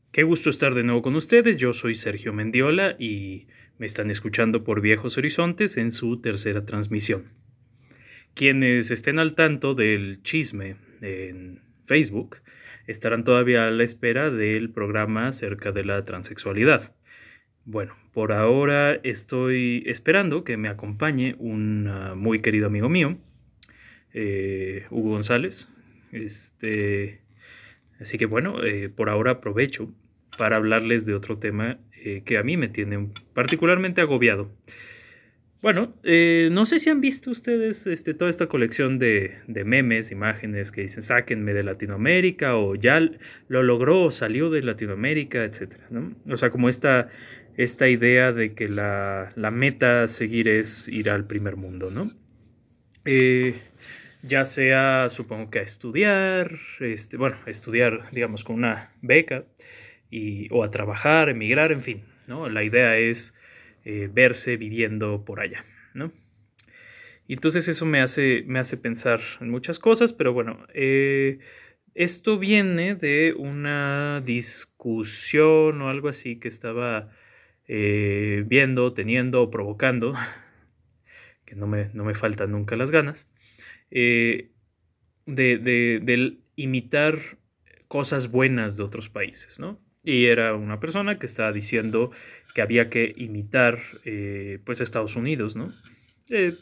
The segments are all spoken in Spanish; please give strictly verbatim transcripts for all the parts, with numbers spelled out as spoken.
Qué gusto estar de nuevo con ustedes. Yo soy Sergio Mendiola y me están escuchando por Viejos Horizontes en su tercera transmisión. Quienes estén al tanto del chisme en Facebook estarán todavía a la espera del programa acerca de la transexualidad. Bueno, por ahora estoy esperando que me acompañe un uh, muy querido amigo mío, eh, Hugo González. Este, así que bueno, eh, por ahora aprovecho para hablarles de otro tema eh, que a mí me tiene particularmente agobiado. Bueno, eh, no sé si han visto ustedes este, toda esta colección de, de memes, imágenes que dicen sáquenme de Latinoamérica o ya lo logró, salió de Latinoamérica, etcétera, ¿no? O sea, como esta, esta idea de que la, la meta a seguir es ir al primer mundo, ¿no? Eh, ya sea, supongo que a estudiar, este, bueno, estudiar, digamos, con una beca, y, o a trabajar, emigrar, en fin, ¿no? La idea es eh, verse viviendo por allá, ¿no? Y entonces eso me hace, me hace pensar en muchas cosas, pero bueno, eh, esto viene de una discusión o algo así que estaba eh, viendo, teniendo, provocando, que no me, no me faltan nunca las ganas, eh, de, de, de imitar cosas buenas de otros países, ¿no? Y era una persona que estaba diciendo que había que imitar, eh, pues, a Estados Unidos, ¿no? Eh,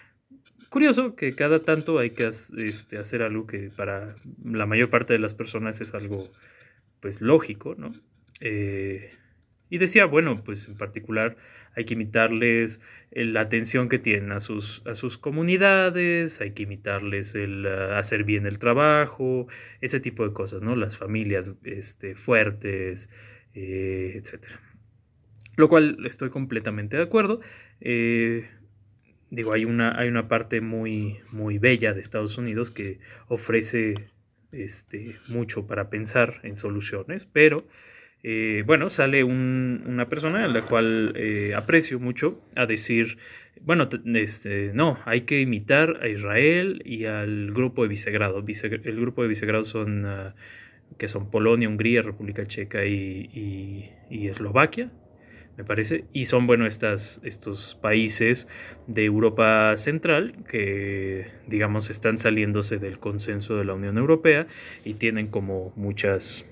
curioso que cada tanto hay que este, hacer algo que para la mayor parte de las personas es algo, pues, lógico, ¿no? Eh, y decía, bueno, pues en particular hay que imitarles la atención que tienen a sus, a sus comunidades, hay que imitarles el uh, hacer bien el trabajo, ese tipo de cosas, ¿no? Las familias este, fuertes, eh, etcétera. Lo cual estoy completamente de acuerdo. Eh, digo, hay una, hay una parte muy, muy bella de Estados Unidos que ofrece este, mucho para pensar en soluciones, pero eh, bueno, sale un, una persona a la cual eh, aprecio mucho a decir, bueno, este, no, hay que imitar a Israel y al grupo de Visegrado. Vice, el grupo de Visegrado son, uh, que son Polonia, Hungría, República Checa y, y, y Eslovaquia, me parece, y son, bueno, estas, estos países de Europa Central que, digamos, están saliéndose del consenso de la Unión Europea y tienen como muchas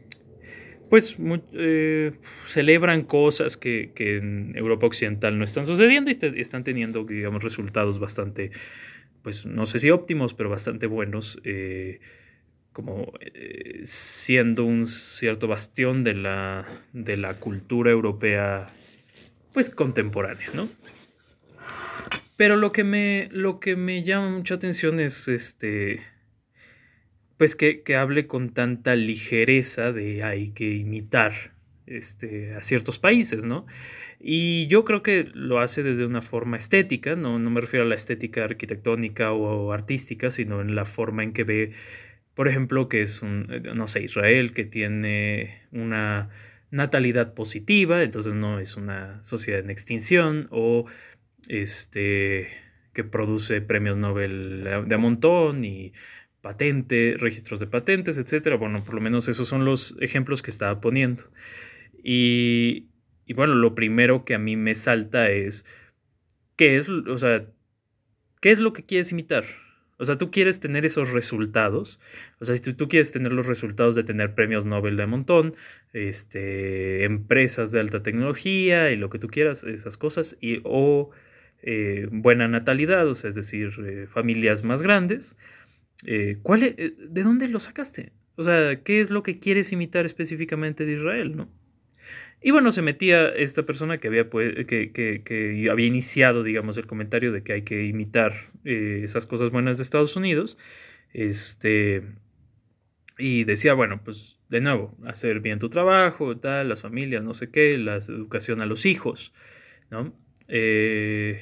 pues mu eh, celebran cosas que, que, en Europa Occidental no están sucediendo y te, están teniendo, digamos, resultados bastante, pues no sé si óptimos, pero bastante buenos, eh, como eh, siendo un cierto bastión de la, de la cultura europea, pues contemporánea, ¿no? Pero lo que me, lo que me llama mucha atención es este pues que, que hable con tanta ligereza de hay que imitar este, a ciertos países, ¿no? Y yo creo que lo hace desde una forma estética, no, no me refiero a la estética arquitectónica o, o artística, sino en la forma en que ve, por ejemplo, que es un, no sé, Israel, que tiene una natalidad positiva, entonces no es una sociedad en extinción, o este, que produce premios Nobel de a montón y patentes, registros de patentes, etcétera. Bueno, por lo menos esos son los ejemplos que estaba poniendo. Y, y bueno, lo primero que a mí me salta es, ¿qué es, o sea, qué es lo que quieres imitar? O sea, tú quieres tener esos resultados. O sea, si tú, tú quieres tener los resultados de tener premios Nobel de montón, este, empresas de alta tecnología y lo que tú quieras, esas cosas, y, o eh, buena natalidad, o sea, es decir, eh, familias más grandes. Eh, ¿cuál es, eh, ¿De dónde lo sacaste? O sea, ¿qué es lo que quieres imitar específicamente de Israel, no? Y bueno, se metía esta persona que había, pues, que, que, que había iniciado, digamos, el comentario de que hay que imitar eh, esas cosas buenas de Estados Unidos. Este, y decía, bueno, pues de nuevo, hacer bien tu trabajo, tal, las familias, no sé qué, la educación a los hijos, ¿no? Eh,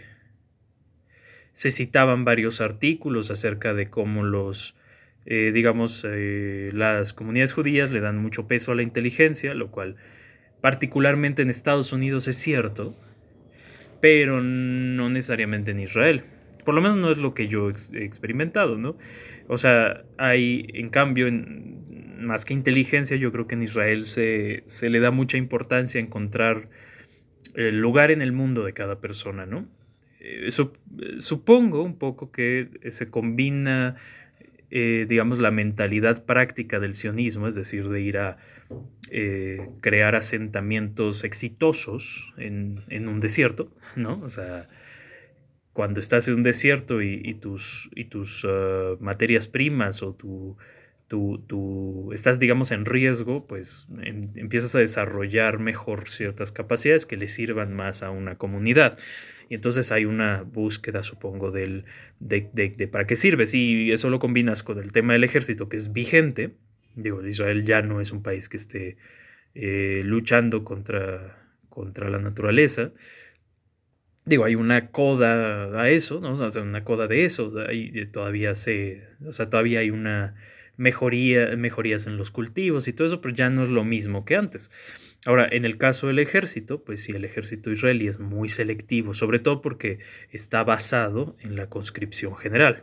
se citaban varios artículos acerca de cómo los, eh, digamos, eh, las comunidades judías le dan mucho peso a la inteligencia, lo cual particularmente en Estados Unidos es cierto, pero no necesariamente en Israel. Por lo menos no es lo que yo he experimentado, ¿no? O sea, hay, en cambio, en, más que inteligencia, yo creo que en Israel se, se le da mucha importancia a encontrar el lugar en el mundo de cada persona, ¿no? Eh, sup- supongo un poco que se combina, eh, digamos, la mentalidad práctica del sionismo, es decir, de ir a eh, crear asentamientos exitosos en, en un desierto, ¿no? O sea, cuando estás en un desierto y, y tus, y tus uh, materias primas o tu, tu, tu, estás, digamos, en riesgo, pues em, empiezas a desarrollar mejor ciertas capacidades que le sirvan más a una comunidad. Y entonces hay una búsqueda, supongo, del, de, de, de para qué sirves. Y eso lo combinas con el tema del ejército, que es vigente. Digo, Israel ya no es un país que esté eh, luchando contra, contra la naturaleza. Digo, hay una coda a eso, ¿no? O sea, una coda de eso. Ahí todavía se, o sea, todavía hay una mejoría, mejorías en los cultivos y todo eso, pero ya no es lo mismo que antes. Ahora, en el caso del ejército, pues sí, el ejército israelí es muy selectivo, sobre todo porque está basado en la conscripción general.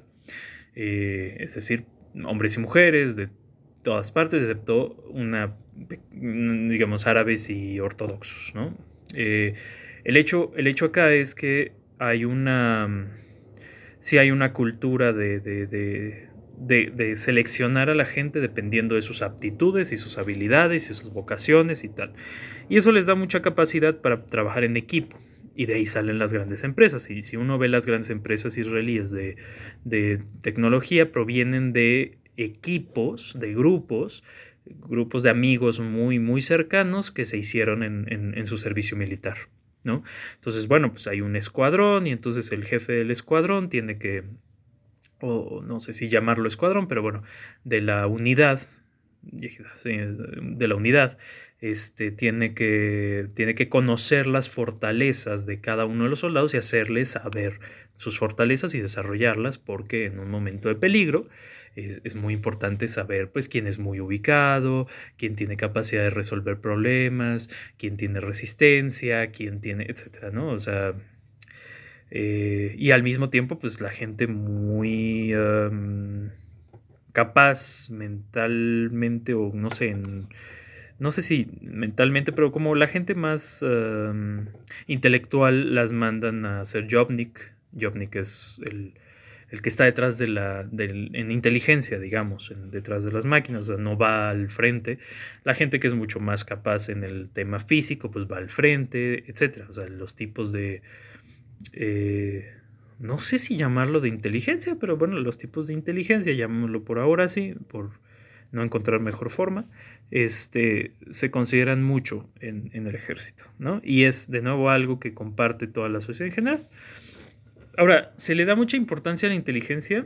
Eh, es decir, hombres y mujeres de todas partes, excepto una, digamos, árabes y ortodoxos, ¿no? Eh, el hecho, el hecho acá es que hay una, sí hay una cultura de, de, de, de, de seleccionar a la gente dependiendo de sus aptitudes y sus habilidades y sus vocaciones y tal. Y eso les da mucha capacidad para trabajar en equipo. Y de ahí salen las grandes empresas. Y si uno ve las grandes empresas israelíes de, de tecnología, provienen de equipos, de grupos, grupos de amigos muy, muy cercanos que se hicieron en, en, en su servicio militar, ¿no? Entonces, bueno, pues hay un escuadrón y entonces el jefe del escuadrón tiene que, o no sé si llamarlo escuadrón, pero bueno, de la unidad, sí, de la unidad, este, tiene que, tiene que conocer las fortalezas de cada uno de los soldados y hacerles saber sus fortalezas y desarrollarlas, porque en un momento de peligro es, es muy importante saber pues quién es muy ubicado, quién tiene capacidad de resolver problemas, quién tiene resistencia, quién tiene, etcétera, ¿no? O sea, eh, y al mismo tiempo pues la gente muy um, capaz mentalmente o no sé, en, no sé si mentalmente, pero como la gente más um, intelectual las mandan a hacer Jobnik. Jobnik es el, el que está detrás de la, del, en inteligencia, digamos, en, detrás de las máquinas, o sea, no va al frente. La gente que es mucho más capaz en el tema físico, pues va al frente, etcétera. O sea, los tipos de... Eh, no sé si llamarlo de inteligencia, pero bueno, los tipos de inteligencia, llamémoslo por ahora sí, por no encontrar mejor forma, este, se consideran mucho en, en el ejército, ¿no? Y es de nuevo algo que comparte toda la sociedad en general. Ahora, se le da mucha importancia a la inteligencia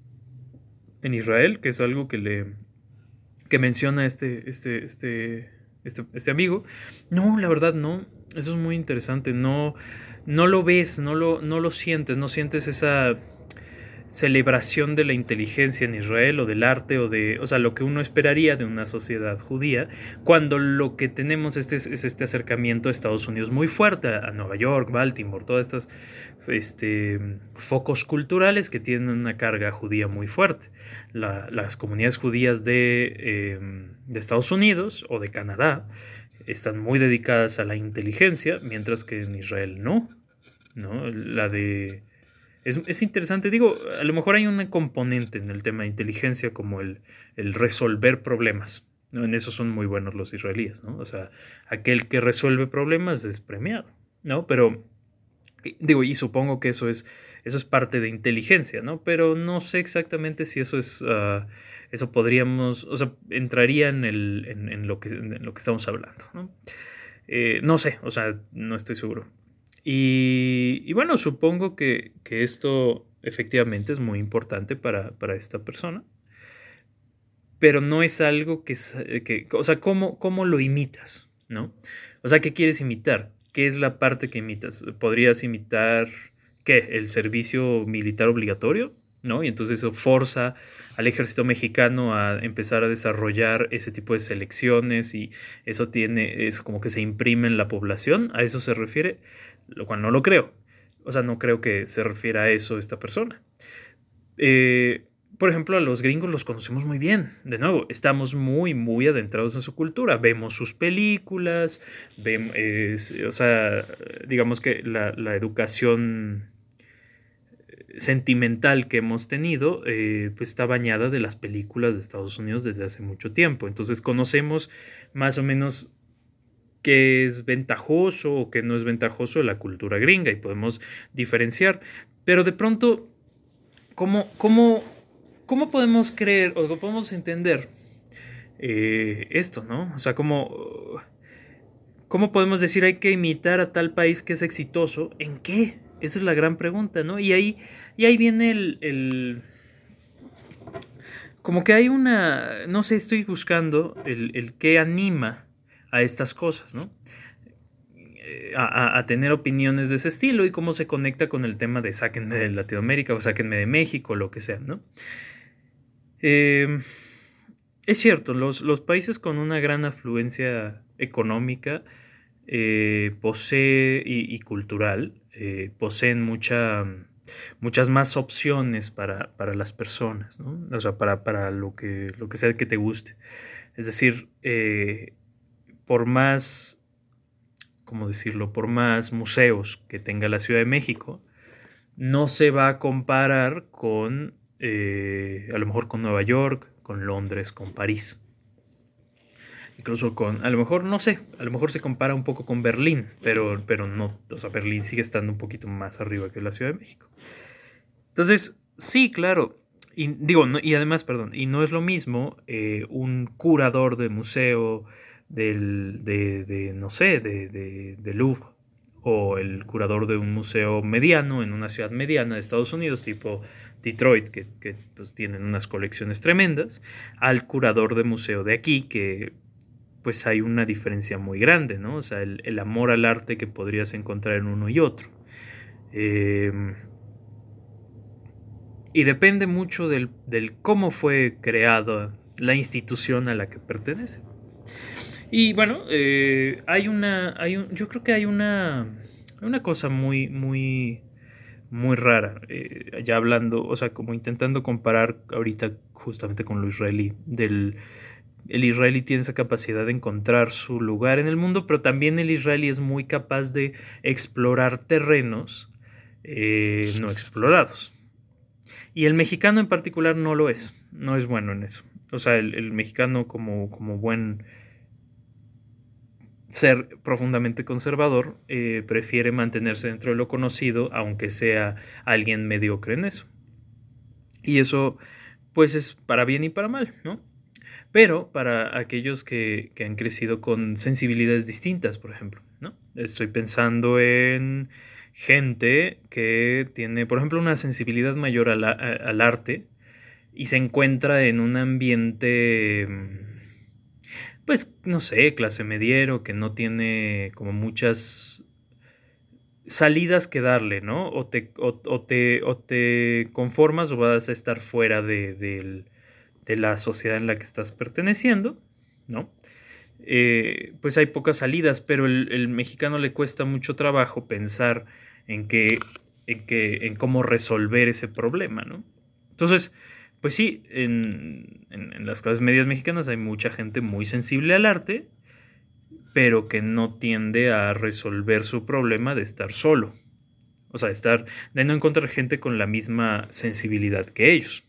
en Israel, que es algo que le que menciona este, este, este, este, este amigo. No, la verdad no. Eso es muy interesante. No, no lo ves, no lo, no lo sientes, no sientes esa celebración de la inteligencia en Israel o del arte o de, o sea, lo que uno esperaría de una sociedad judía, cuando lo que tenemos este, es este acercamiento a Estados Unidos muy fuerte, a Nueva York, Baltimore, todas estas este, focos culturales que tienen una carga judía muy fuerte. La, las comunidades judías de, eh, de Estados Unidos o de Canadá están muy dedicadas a la inteligencia, mientras que en Israel no, ¿no? La de es, es interesante, digo, a lo mejor hay un componente en el tema de inteligencia como el, el resolver problemas, ¿no? En eso son muy buenos los israelíes, ¿no? O sea, aquel que resuelve problemas es premiado, ¿no? Pero, digo, y supongo que eso es, eso es parte de inteligencia, ¿no? Pero no sé exactamente si eso es, uh, eso podríamos, o sea, entraría en, el, en, en, lo, que, en lo que estamos hablando, ¿no? Eh, no sé, o sea, no estoy seguro. Y, y bueno, supongo que, que esto efectivamente es muy importante para, para esta persona, pero no es algo que, que o sea, ¿cómo, ¿cómo lo imitas? ¿No? O sea, ¿qué quieres imitar? ¿Qué es la parte que imitas? ¿Podrías imitar, qué? ¿El servicio militar obligatorio? ¿No? Y entonces eso forza al ejército mexicano a empezar a desarrollar ese tipo de selecciones y eso tiene, es como que se imprime en la población, ¿a eso se refiere? Lo cual no lo creo. O sea, no creo que se refiera a eso esta persona. Eh, por ejemplo, a los gringos los conocemos muy bien. De nuevo, estamos muy, muy adentrados en su cultura. Vemos sus películas, vemos, es, o sea, digamos que la, la educación sentimental que hemos tenido, eh, pues está bañada de las películas de Estados Unidos desde hace mucho tiempo. Entonces conocemos más o menos qué es ventajoso o qué no es ventajoso de la cultura gringa y podemos diferenciar. Pero de pronto, ¿cómo, cómo, cómo podemos creer o cómo podemos entender eh, esto, ¿no? O sea, ¿cómo, ¿cómo podemos decir hay que imitar a tal país que es exitoso? ¿En qué? Esa es la gran pregunta, ¿no? Y ahí, y ahí viene el, el... Como que hay una... No sé, estoy buscando el, el qué anima a estas cosas, ¿no? A, a, a tener opiniones de ese estilo y cómo se conecta con el tema de sáquenme de Latinoamérica o sáquenme de México, lo que sea, ¿no? Eh, es cierto, los, los países con una gran afluencia económica eh, posee y, y cultural eh, poseen mucha, muchas más opciones para, para las personas, ¿no? O sea, para, para lo, que, lo que sea que te guste. Es decir, eh, por más, ¿cómo decirlo? Por más museos que tenga la Ciudad de México, no se va a comparar con, eh, a lo mejor con Nueva York, con Londres, con París. Incluso con, a lo mejor, no sé, a lo mejor se compara un poco con Berlín, pero, pero no, o sea, Berlín sigue estando un poquito más arriba que la Ciudad de México. Entonces, sí, claro, y digo, no, y además, perdón, y no es lo mismo eh, un curador de museo del, de, de no sé, de, de, de Louvre, o el curador de un museo mediano en una ciudad mediana de Estados Unidos, tipo Detroit, que, que pues, tienen unas colecciones tremendas, al curador de museo de aquí, que pues hay una diferencia muy grande, ¿no? O sea, el, el amor al arte que podrías encontrar en uno y otro. Eh, y depende mucho del, del cómo fue creada la institución a la que pertenece. Y bueno, eh, hay una, hay un, yo creo que hay una, una cosa muy, muy, muy rara, eh, ya hablando, o sea, como intentando comparar ahorita justamente con lo israelí, del el israelí tiene esa capacidad de encontrar su lugar en el mundo, pero también el israelí es muy capaz de explorar terrenos eh, no explorados. Y el mexicano en particular no lo es, no es bueno en eso. O sea, el, el mexicano como, como buen ser profundamente conservador eh, prefiere mantenerse dentro de lo conocido, aunque sea alguien mediocre en eso. Y eso, pues, es para bien y para mal, ¿no? Pero para aquellos que, que han crecido con sensibilidades distintas, por ejemplo, ¿no? Estoy pensando en gente que tiene, por ejemplo, una sensibilidad mayor al, a- al arte y se encuentra en un ambiente, pues, no sé, clase mediero, que no tiene como muchas salidas que darle, ¿no? O te, o, o te, o te conformas o vas a estar fuera de, del- de la sociedad en la que estás perteneciendo, ¿no? Eh, pues hay pocas salidas, pero el, el mexicano le cuesta mucho trabajo pensar en que, en que, en cómo resolver ese problema, ¿no? Entonces, pues sí, en, en, en las clases medias mexicanas hay mucha gente muy sensible al arte, pero que no tiende a resolver su problema de estar solo. O sea, estar, de no encontrar gente con la misma sensibilidad que ellos.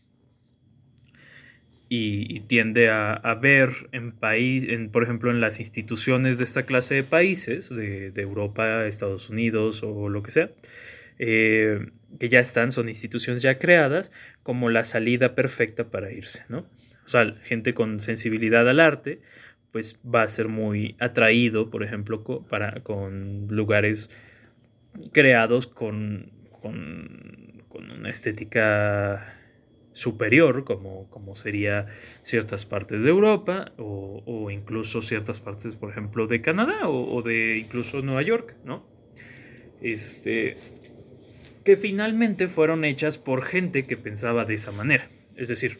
Y, y tiende a, a ver en país, en, por ejemplo, en las instituciones de esta clase de países, de, de Europa, Estados Unidos o lo que sea, eh, que ya están, son instituciones ya creadas, como la salida perfecta para irse, ¿no? O sea, gente con sensibilidad al arte, pues va a ser muy atraído, por ejemplo, co- para, con lugares creados con, con, con una estética superior, como, como sería ciertas partes de Europa o, o incluso ciertas partes, por ejemplo, de Canadá o, o de incluso Nueva York, ¿no? Este, que finalmente fueron hechas por gente que pensaba de esa manera. Es decir,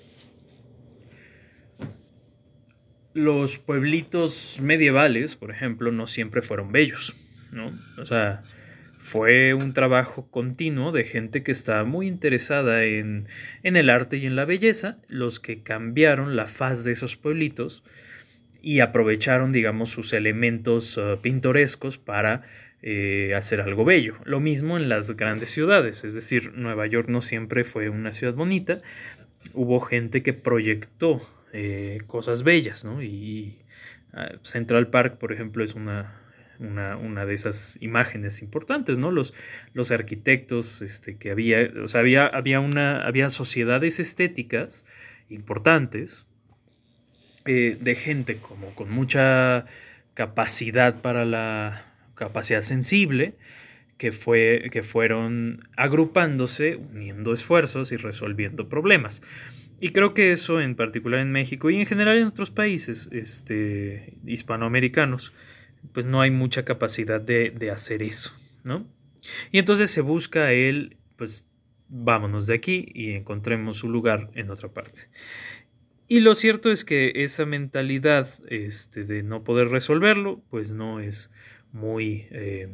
los pueblitos medievales, por ejemplo, no siempre fueron bellos, ¿no? O sea, Fue un trabajo continuo de gente que estaba muy interesada en, en el arte y en la belleza, los que cambiaron la faz de esos pueblitos y aprovecharon, digamos, sus elementos uh, pintorescos para eh, hacer algo bello. Lo mismo en las grandes ciudades, es decir, Nueva York no siempre fue una ciudad bonita, hubo gente que proyectó eh, cosas bellas, ¿no? Y uh, Central Park, por ejemplo, es una, una, una, de esas imágenes importantes, ¿no? Los, los arquitectos este, que había, o sea, había, había, una, había sociedades estéticas importantes eh, de gente como con mucha capacidad para la capacidad sensible que, fue, que fueron agrupándose, uniendo esfuerzos y resolviendo problemas. Y creo que eso en particular en México y en general en otros países este, hispanoamericanos, pues no hay mucha capacidad de, de hacer eso, ¿no? Y entonces se busca el, pues vámonos de aquí y encontremos un lugar en otra parte. Y lo cierto es que esa mentalidad este, de no poder resolverlo, pues no es muy eh,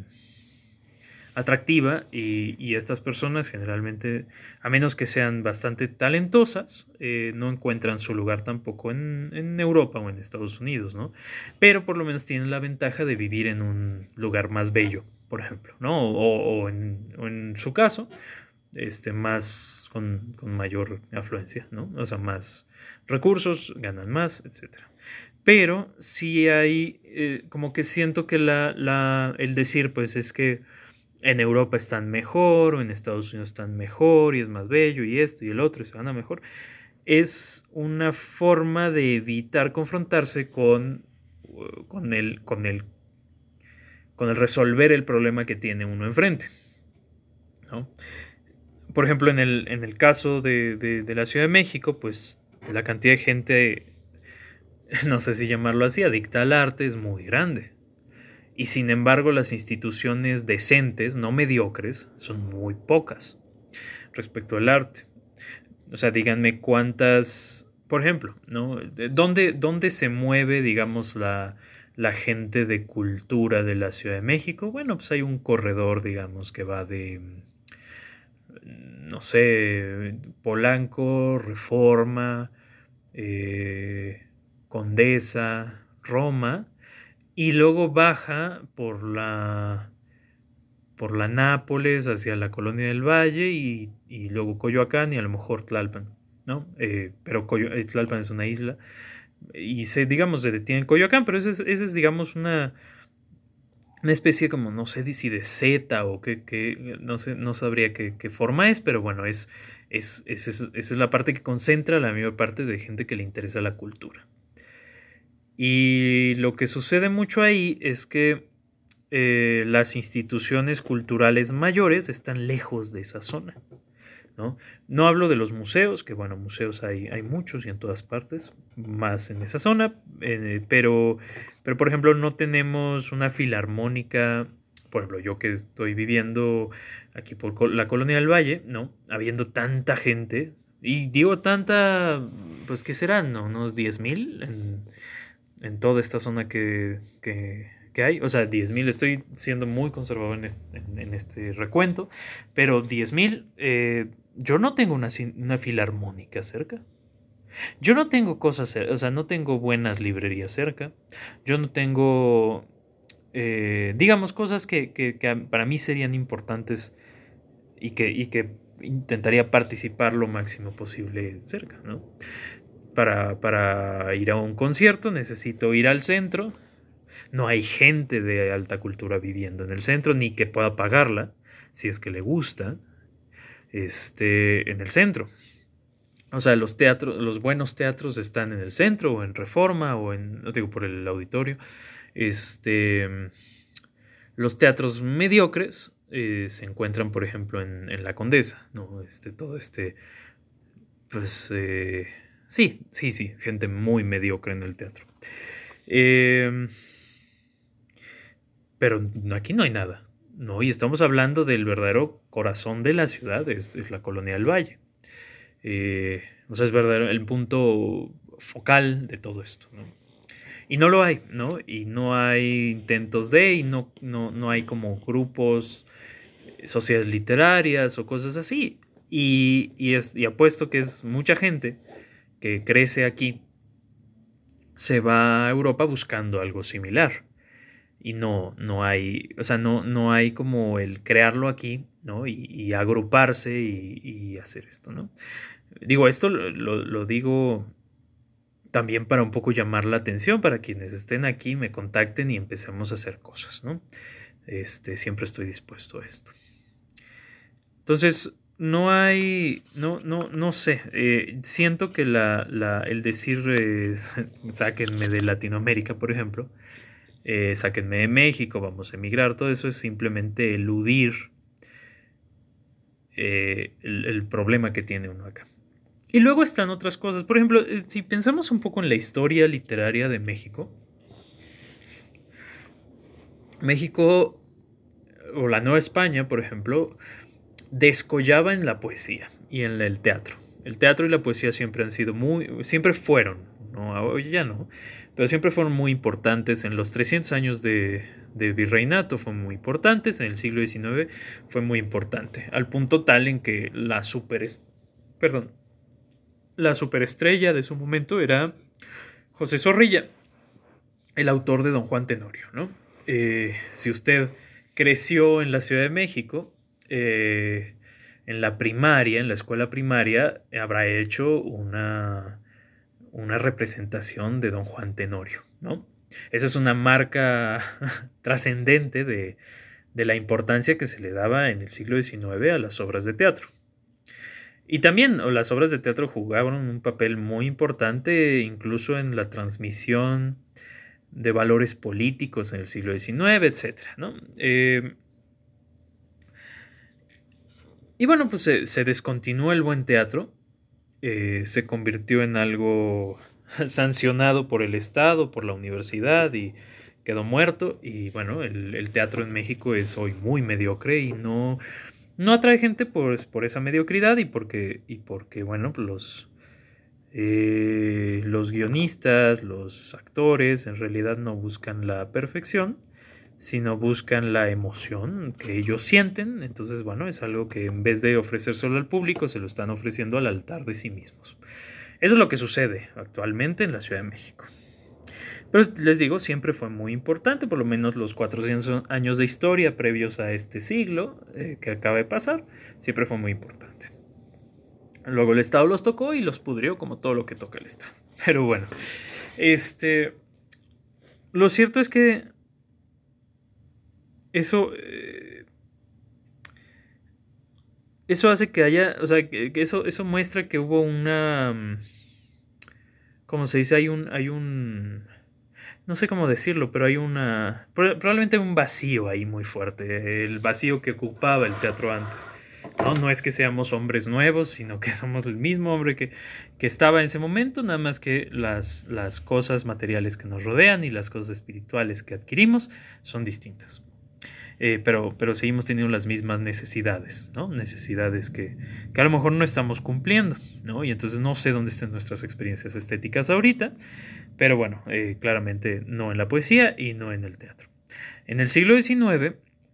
atractiva y, y estas personas generalmente, a menos que sean bastante talentosas, eh, no encuentran su lugar tampoco en, en Europa o en Estados Unidos, ¿no? Pero por lo menos tienen la ventaja de vivir en un lugar más bello, por ejemplo, ¿no? O, o, en, o en su caso, este, más con, con mayor afluencia, ¿no? O sea, más recursos, ganan más, etcétera. Pero sí hay, eh, como que siento que la, la, el decir, pues es que en Europa están mejor o en Estados Unidos están mejor y es más bello y esto y el otro y se gana mejor, es una forma de evitar confrontarse con, con, el, con, el, con el resolver el problema que tiene uno enfrente, ¿no? Por ejemplo, en el, en el caso de, de, de la Ciudad de México, pues la cantidad de gente, no sé si llamarlo así, adicta al arte es muy grande. Y sin embargo, las instituciones decentes, no mediocres, son muy pocas respecto al arte. O sea, díganme cuántas, por ejemplo, ¿no? ¿Dónde, dónde se mueve, digamos, la, la gente de cultura de la Ciudad de México? Bueno, pues hay un corredor, digamos, que va de, no sé, Polanco, Reforma, eh, Condesa, Roma, y luego baja por la, por la Nápoles hacia la Colonia del Valle y, y luego Coyoacán y a lo mejor Tlalpan, ¿no? Eh, pero Coyo, eh, Tlalpan es una isla y se, digamos, se detiene en Coyoacán, pero esa es, ese es, digamos, una, una especie como, no sé si de zeta o qué, qué, no sé, no sabría qué, qué forma es, pero bueno, es, es, es, es, esa es la parte que concentra la mayor parte de gente que le interesa la cultura. Y lo que sucede mucho ahí es que eh, las instituciones culturales mayores están lejos de esa zona, ¿no? No hablo de los museos, que bueno, museos hay, hay muchos y en todas partes, más en esa zona, eh, pero, pero por ejemplo no tenemos una filarmónica, por ejemplo yo que estoy viviendo aquí por la Colonia del Valle, ¿no? Habiendo tanta gente, y digo tanta, pues ¿qué serán? ¿No? Unos diez mil en, en toda esta zona que, que, que hay. O sea, diez mil, estoy siendo muy conservador en este, en, en este recuento, pero diez mil, eh, yo no tengo una, una filarmónica cerca. Yo no tengo cosas, o sea, no tengo buenas librerías cerca. Yo no tengo, eh, digamos, cosas que, que, que, para mí serían importantes y que, y que intentaría participar lo máximo posible cerca, ¿no? Para, para ir a un concierto necesito ir al centro. No hay gente de alta cultura viviendo en el centro, ni que pueda pagarla, si es que le gusta, este, en el centro. O sea, los teatros, los buenos teatros están en el centro, o en Reforma, o en, no digo por el auditorio. Este, los teatros mediocres eh, se encuentran, por ejemplo, en, en la Condesa, ¿no? Este, todo este, pues, eh, sí, sí, sí, gente muy mediocre en el teatro. Eh, pero aquí no hay nada, ¿no? Y estamos hablando del verdadero corazón de la ciudad, es, es la Colonia del Valle. Eh, o sea, es verdadero el punto focal de todo esto, ¿no? Y no lo hay, ¿no? Y no hay intentos de, y no, no, no hay como grupos sociedades literarias o cosas así. Y, y, es, y apuesto que es mucha gente que crece aquí, se va a Europa buscando algo similar. Y no, no hay, o sea, no, no hay como el crearlo aquí, ¿no? Y, y agruparse y, y hacer esto, ¿no? Digo, esto lo, lo, lo digo también para un poco llamar la atención, para quienes estén aquí, me contacten y empecemos a hacer cosas, ¿no? Este, siempre estoy dispuesto a esto. Entonces, no hay, no, no, no sé, eh, siento que la, la, el decir, eh, sáquenme de Latinoamérica, por ejemplo, eh, sáquenme de México, vamos a emigrar, todo eso es simplemente eludir eh, el, el problema que tiene uno acá. Y luego están otras cosas. Por ejemplo, si pensamos un poco en la historia literaria de México, México o la Nueva España, por ejemplo, descollaba en la poesía y en el teatro. El teatro y la poesía siempre han sido muy, siempre fueron, no, hoy ya no, pero siempre fueron muy importantes. En los trescientos años de, de virreinato fue muy importantes, en el siglo diecinueve fue muy importante, al punto tal en que la super, perdón, la superestrella de su momento era José Zorrilla, el autor de Don Juan Tenorio, ¿no? Eh, si usted creció en la Ciudad de México, eh, en la primaria, en la escuela primaria, habrá hecho una, una representación de Don Juan Tenorio, ¿no? Esa es una marca trascendente de, de la importancia que se le daba en el siglo diecinueve a las obras de teatro. Y también las obras de teatro jugaban un papel muy importante incluso en la transmisión de valores políticos en el siglo diecinueve, etcétera, ¿no? Eh, y bueno, pues se, se descontinuó el buen teatro, eh, se convirtió en algo sancionado por el Estado, por la universidad y quedó muerto. Y bueno, el, el teatro en México es hoy muy mediocre y no, no atrae gente por, por esa mediocridad y porque, y porque bueno, los, eh, los guionistas, los actores en realidad no buscan la perfección, sino buscan la emoción que ellos sienten. Entonces, bueno, es algo que en vez de ofrecérselo al público, se lo están ofreciendo al altar de sí mismos. Eso es lo que sucede actualmente en la Ciudad de México. Pero les digo, siempre fue muy importante, por lo menos los cuatrocientos años de historia previos a este siglo eh, que acaba de pasar, siempre fue muy importante. Luego el Estado los tocó y los pudrió como todo lo que toca el Estado. Pero bueno, este, lo cierto es que eso, eh, eso hace que haya, o sea, que, que eso, eso muestra que hubo una, ¿cómo se dice? Hay un, hay un, no sé cómo decirlo, pero hay una, probablemente un vacío ahí muy fuerte, el vacío que ocupaba el teatro antes. No, no es que seamos hombres nuevos, sino que somos el mismo hombre que, que estaba en ese momento, nada más que las, las cosas materiales que nos rodean y las cosas espirituales que adquirimos son distintas. Eh, pero, pero seguimos teniendo las mismas necesidades, ¿no? Necesidades que, que a lo mejor no estamos cumpliendo, ¿no? Y entonces no sé dónde están nuestras experiencias estéticas ahorita, pero bueno, eh, claramente no en la poesía y no en el teatro. En el siglo diecinueve,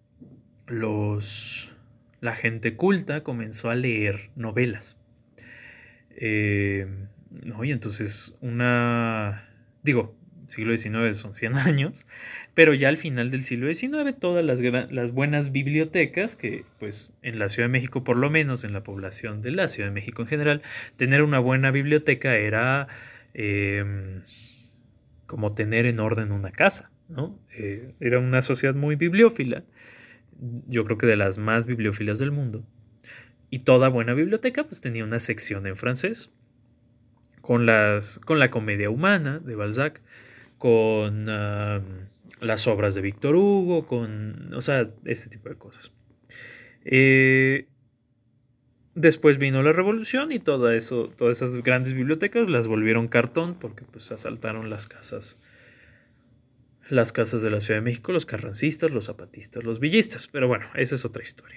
los, la gente culta comenzó a leer novelas. Eh, ¿no? Y entonces una, digo, siglo diecinueve son cien años, pero ya al final del siglo diecinueve todas las, las buenas bibliotecas, que pues en la Ciudad de México, por lo menos en la población de la Ciudad de México en general, tener una buena biblioteca era eh, como tener en orden una casa, ¿no? Eh, era una sociedad muy bibliófila, yo creo que de las más bibliófilas del mundo, y toda buena biblioteca pues tenía una sección en francés, con, las, con la comedia humana de Balzac, con uh, las obras de Víctor Hugo, con, o sea, este tipo de cosas. Eh, después vino la revolución y todo eso, todas esas grandes bibliotecas las volvieron cartón porque pues asaltaron las casas, las casas de la Ciudad de México, los carrancistas, los zapatistas, los villistas. Pero bueno, esa es otra historia.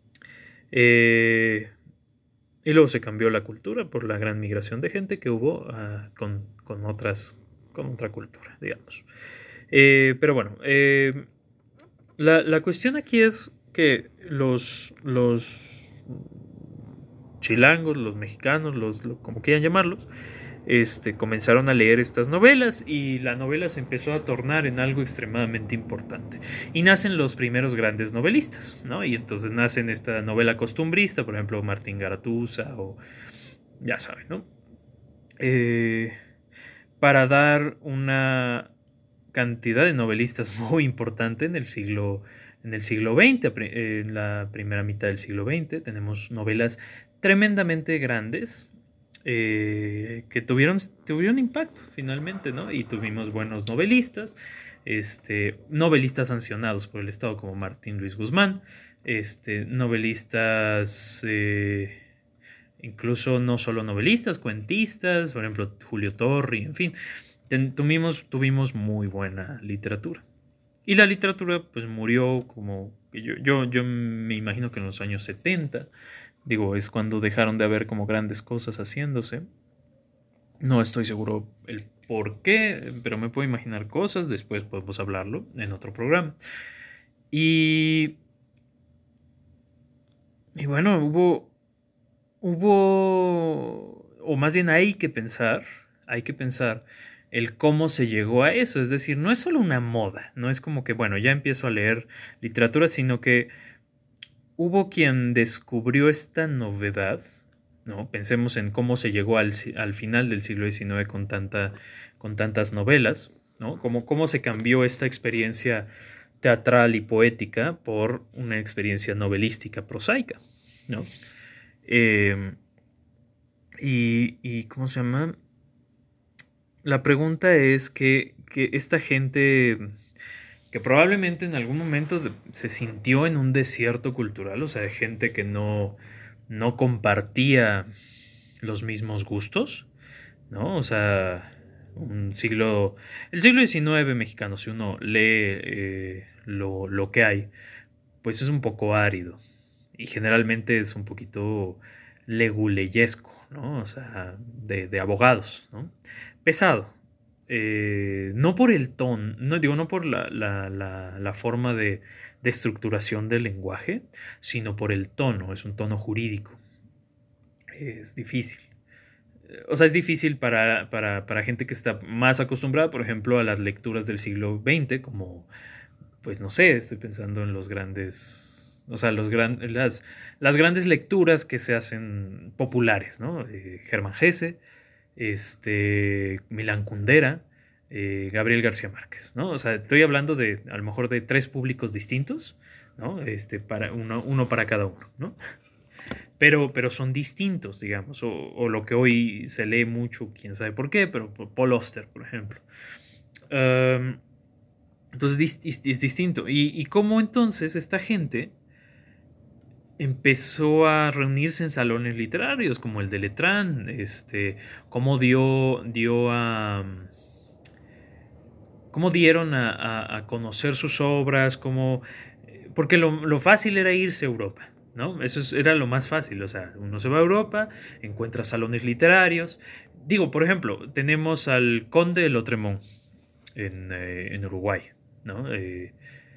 Eh, y luego se cambió la cultura por la gran migración de gente que hubo uh, con, con otras con otra cultura, digamos. Eh, pero bueno, eh, la, la cuestión aquí es que los, los chilangos, los mexicanos, los, lo, como quieran llamarlos, este, comenzaron a leer estas novelas y la novela se empezó a tornar en algo extremadamente importante. Y nacen los primeros grandes novelistas, ¿no? Y entonces nacen esta novela costumbrista, por ejemplo, Martín Garatuza o ya saben, ¿no? Eh, para dar una cantidad de novelistas muy importante en el siglo en el siglo veinte, en la primera mitad del siglo veinte, tenemos novelas tremendamente grandes eh, que tuvieron, tuvieron impacto finalmente, ¿no? Y tuvimos buenos novelistas, este, novelistas sancionados por el Estado como Martín Luis Guzmán, este, novelistas, eh, incluso no solo novelistas, cuentistas, por ejemplo Julio Torri, en fin, ten, tuvimos, tuvimos muy buena literatura. Y la literatura pues murió como, yo, yo, yo me imagino que en los años setenta, digo, es cuando dejaron de haber como grandes cosas haciéndose. No estoy seguro el por qué, pero me puedo imaginar cosas, después podemos hablarlo en otro programa. Y, y bueno, hubo, hubo, o más bien hay que pensar, hay que pensar el cómo se llegó a eso. Es decir, no es solo una moda, no es como que, bueno, ya empiezo a leer literatura, sino que hubo quien descubrió esta novedad, ¿no? Pensemos en cómo se llegó al, al final del siglo diecinueve con, tanta, con tantas novelas, ¿no? Cómo, cómo se cambió esta experiencia teatral y poética por una experiencia novelística prosaica, ¿no? Eh, y, y, ¿cómo se llama? La pregunta es que, que esta gente que probablemente en algún momento de, se sintió en un desierto cultural, o sea, de gente que no, no compartía los mismos gustos, ¿no? O sea, un siglo, el siglo diecinueve mexicano, si uno lee eh, lo, lo que hay, pues es un poco árido y generalmente es un poquito leguleyesco, ¿no? O sea, de, de abogados, ¿no? Pesado. Eh, no por el tono, no digo, no por la, la, la, la forma de, de estructuración del lenguaje, sino por el tono, es un tono jurídico. Es difícil. O sea, es difícil para, para, para gente que está más acostumbrada, por ejemplo, a las lecturas del siglo veinte, como, pues no sé, estoy pensando en los grandes, o sea, los gran, las, las grandes lecturas que se hacen populares, ¿no? Eh, Germán Gese, este, Milán Kundera, eh, Gabriel García Márquez, ¿no? O sea, estoy hablando de, a lo mejor, de tres públicos distintos, ¿no? Este, para uno, uno para cada uno, ¿no? Pero, pero son distintos, digamos, o, o lo que hoy se lee mucho, quién sabe por qué, pero Paul Auster, por ejemplo. Um, entonces es, es distinto. ¿Y, y cómo entonces esta gente empezó a reunirse en salones literarios como el de Letrán? Este, cómo dio, dio a... cómo dieron a, a, a conocer sus obras, cómo, porque lo, lo fácil era irse a Europa, ¿no? Eso era lo más fácil, o sea, uno se va a Europa, encuentra salones literarios. Digo, por ejemplo, tenemos al Conde de Lautréamont en, eh, en Uruguay, ¿no? Eh,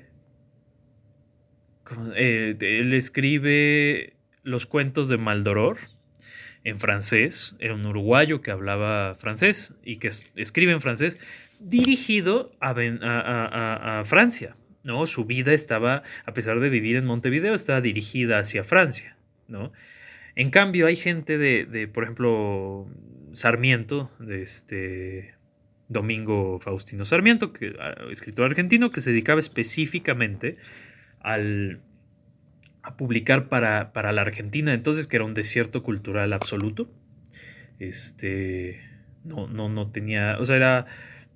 eh, él escribe los cuentos de Maldoror en francés, era un uruguayo que hablaba francés y que escribe en francés dirigido a, a, a, a Francia, ¿no? Su vida estaba, a pesar de vivir en Montevideo, estaba dirigida hacia Francia, ¿no? En cambio, hay gente de, de por ejemplo, Sarmiento, de este Domingo Faustino Sarmiento, que, escritor argentino, que se dedicaba específicamente al, a publicar para, para la Argentina, entonces, que era un desierto cultural absoluto. Este, no, no, no tenía, o sea, era,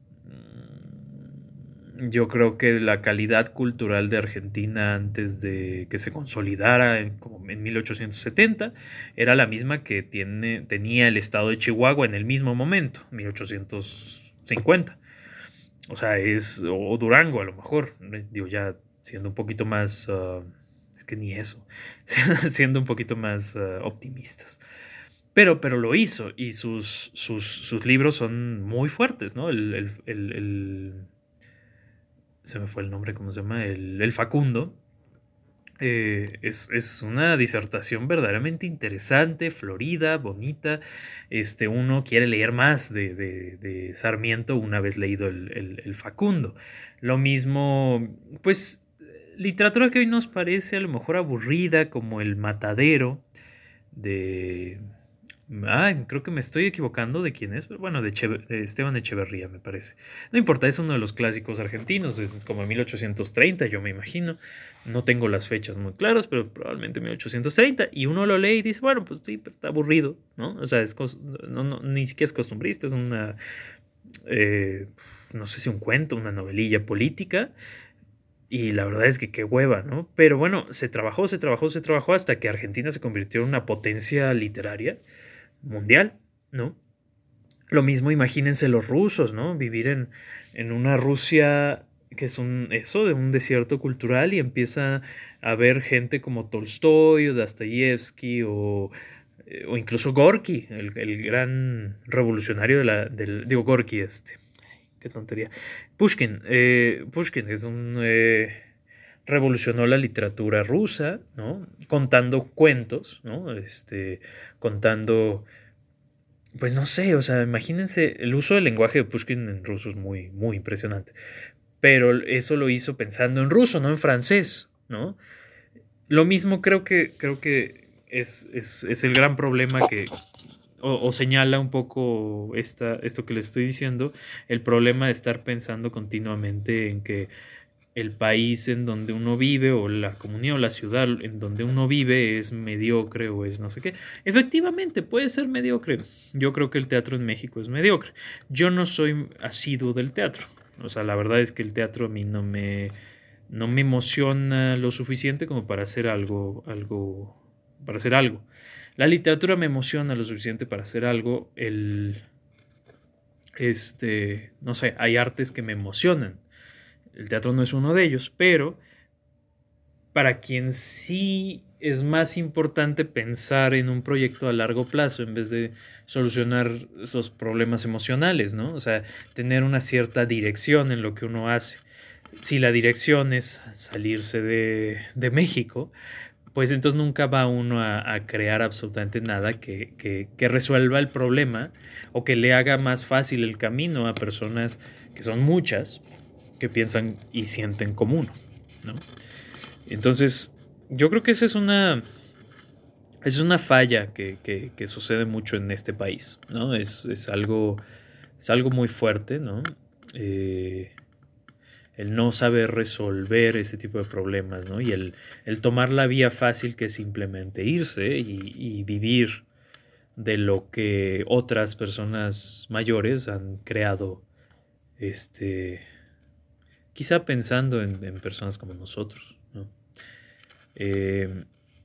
yo creo que la calidad cultural de Argentina antes de que se consolidara en, como en mil ochocientos setenta era la misma que tiene, tenía el estado de Chihuahua en el mismo momento, mil ochocientos cincuenta. O sea, es, o Durango a lo mejor, digo, ya siendo un poquito más, uh, es que ni eso, siendo un poquito más uh, optimistas. Pero, pero lo hizo y sus, sus, sus libros son muy fuertes, ¿no? El, el, el, el, se me fue el nombre, ¿cómo se llama? El, el Facundo. Eh, es, es una disertación verdaderamente interesante, florida, bonita. Este, uno quiere leer más de, de- de Sarmiento una vez leído el, el- el Facundo. Lo mismo, pues, literatura que hoy nos parece a lo mejor aburrida, como El Matadero de... Ah, creo que me estoy equivocando de quién es, pero bueno, de, Eche- de Esteban Echeverría, me parece. No importa, es uno de los clásicos argentinos, es como mil ochocientos treinta, yo me imagino. No tengo las fechas muy claras, pero probablemente mil ochocientos treinta. Y uno lo lee y dice, bueno, pues sí, pero está aburrido, ¿no? O sea, es cos- no, no, ni siquiera es costumbrista, es una, eh, no sé si un cuento, una novelilla política. Y la verdad es que qué hueva, ¿no? Pero bueno, se trabajó, se trabajó, se trabajó hasta que Argentina se convirtió en una potencia literaria mundial, ¿no? Lo mismo imagínense los rusos, ¿no? Vivir en, en una Rusia que es un, eso, de un desierto cultural y empieza a ver gente como Tolstoy o Dostoyevsky o, eh, o incluso Gorky, el, el gran revolucionario de la, del, digo Gorky este, qué tontería, Pushkin, eh, Pushkin es un... Eh, revolucionó la literatura rusa, ¿no? Contando cuentos, ¿no? Este, contando pues no sé, o sea, imagínense, el uso del lenguaje de Pushkin en ruso es muy, muy impresionante. Pero eso lo hizo pensando en ruso, no en francés, ¿no? Lo mismo creo que, creo que es, es, es el gran problema que, o, o señala un poco esta, esto que les estoy diciendo, el problema de estar pensando continuamente en que el país en donde uno vive o la comunidad o la ciudad en donde uno vive es mediocre o es no sé qué. Efectivamente, puede ser mediocre. Yo creo que el teatro en México es mediocre. Yo no soy asiduo del teatro. O sea, la verdad es que el teatro a mí no me, no me emociona lo suficiente como para hacer algo, algo, para hacer algo. La literatura me emociona lo suficiente para hacer algo. El, este, no sé, hay artes que me emocionan. El teatro no es uno de ellos, pero para quien sí es más importante pensar en un proyecto a largo plazo en vez de solucionar esos problemas emocionales, ¿no? O sea, tener una cierta dirección en lo que uno hace. Si la dirección es salirse de, de México, pues entonces nunca va uno a, a crear absolutamente nada que, que, que resuelva el problema o que le haga más fácil el camino a personas que son muchas, que piensan y sienten como uno, ¿no? Entonces, yo creo que esa es una, es una falla que, que, que sucede mucho en este país, ¿no? Es, es, algo, es algo muy fuerte, ¿no? Eh, el no saber resolver ese tipo de problemas, ¿no? Y el, el tomar la vía fácil que es simplemente irse y, y vivir de lo que otras personas mayores han creado, este, quizá pensando en, en personas como nosotros, ¿no? Eh,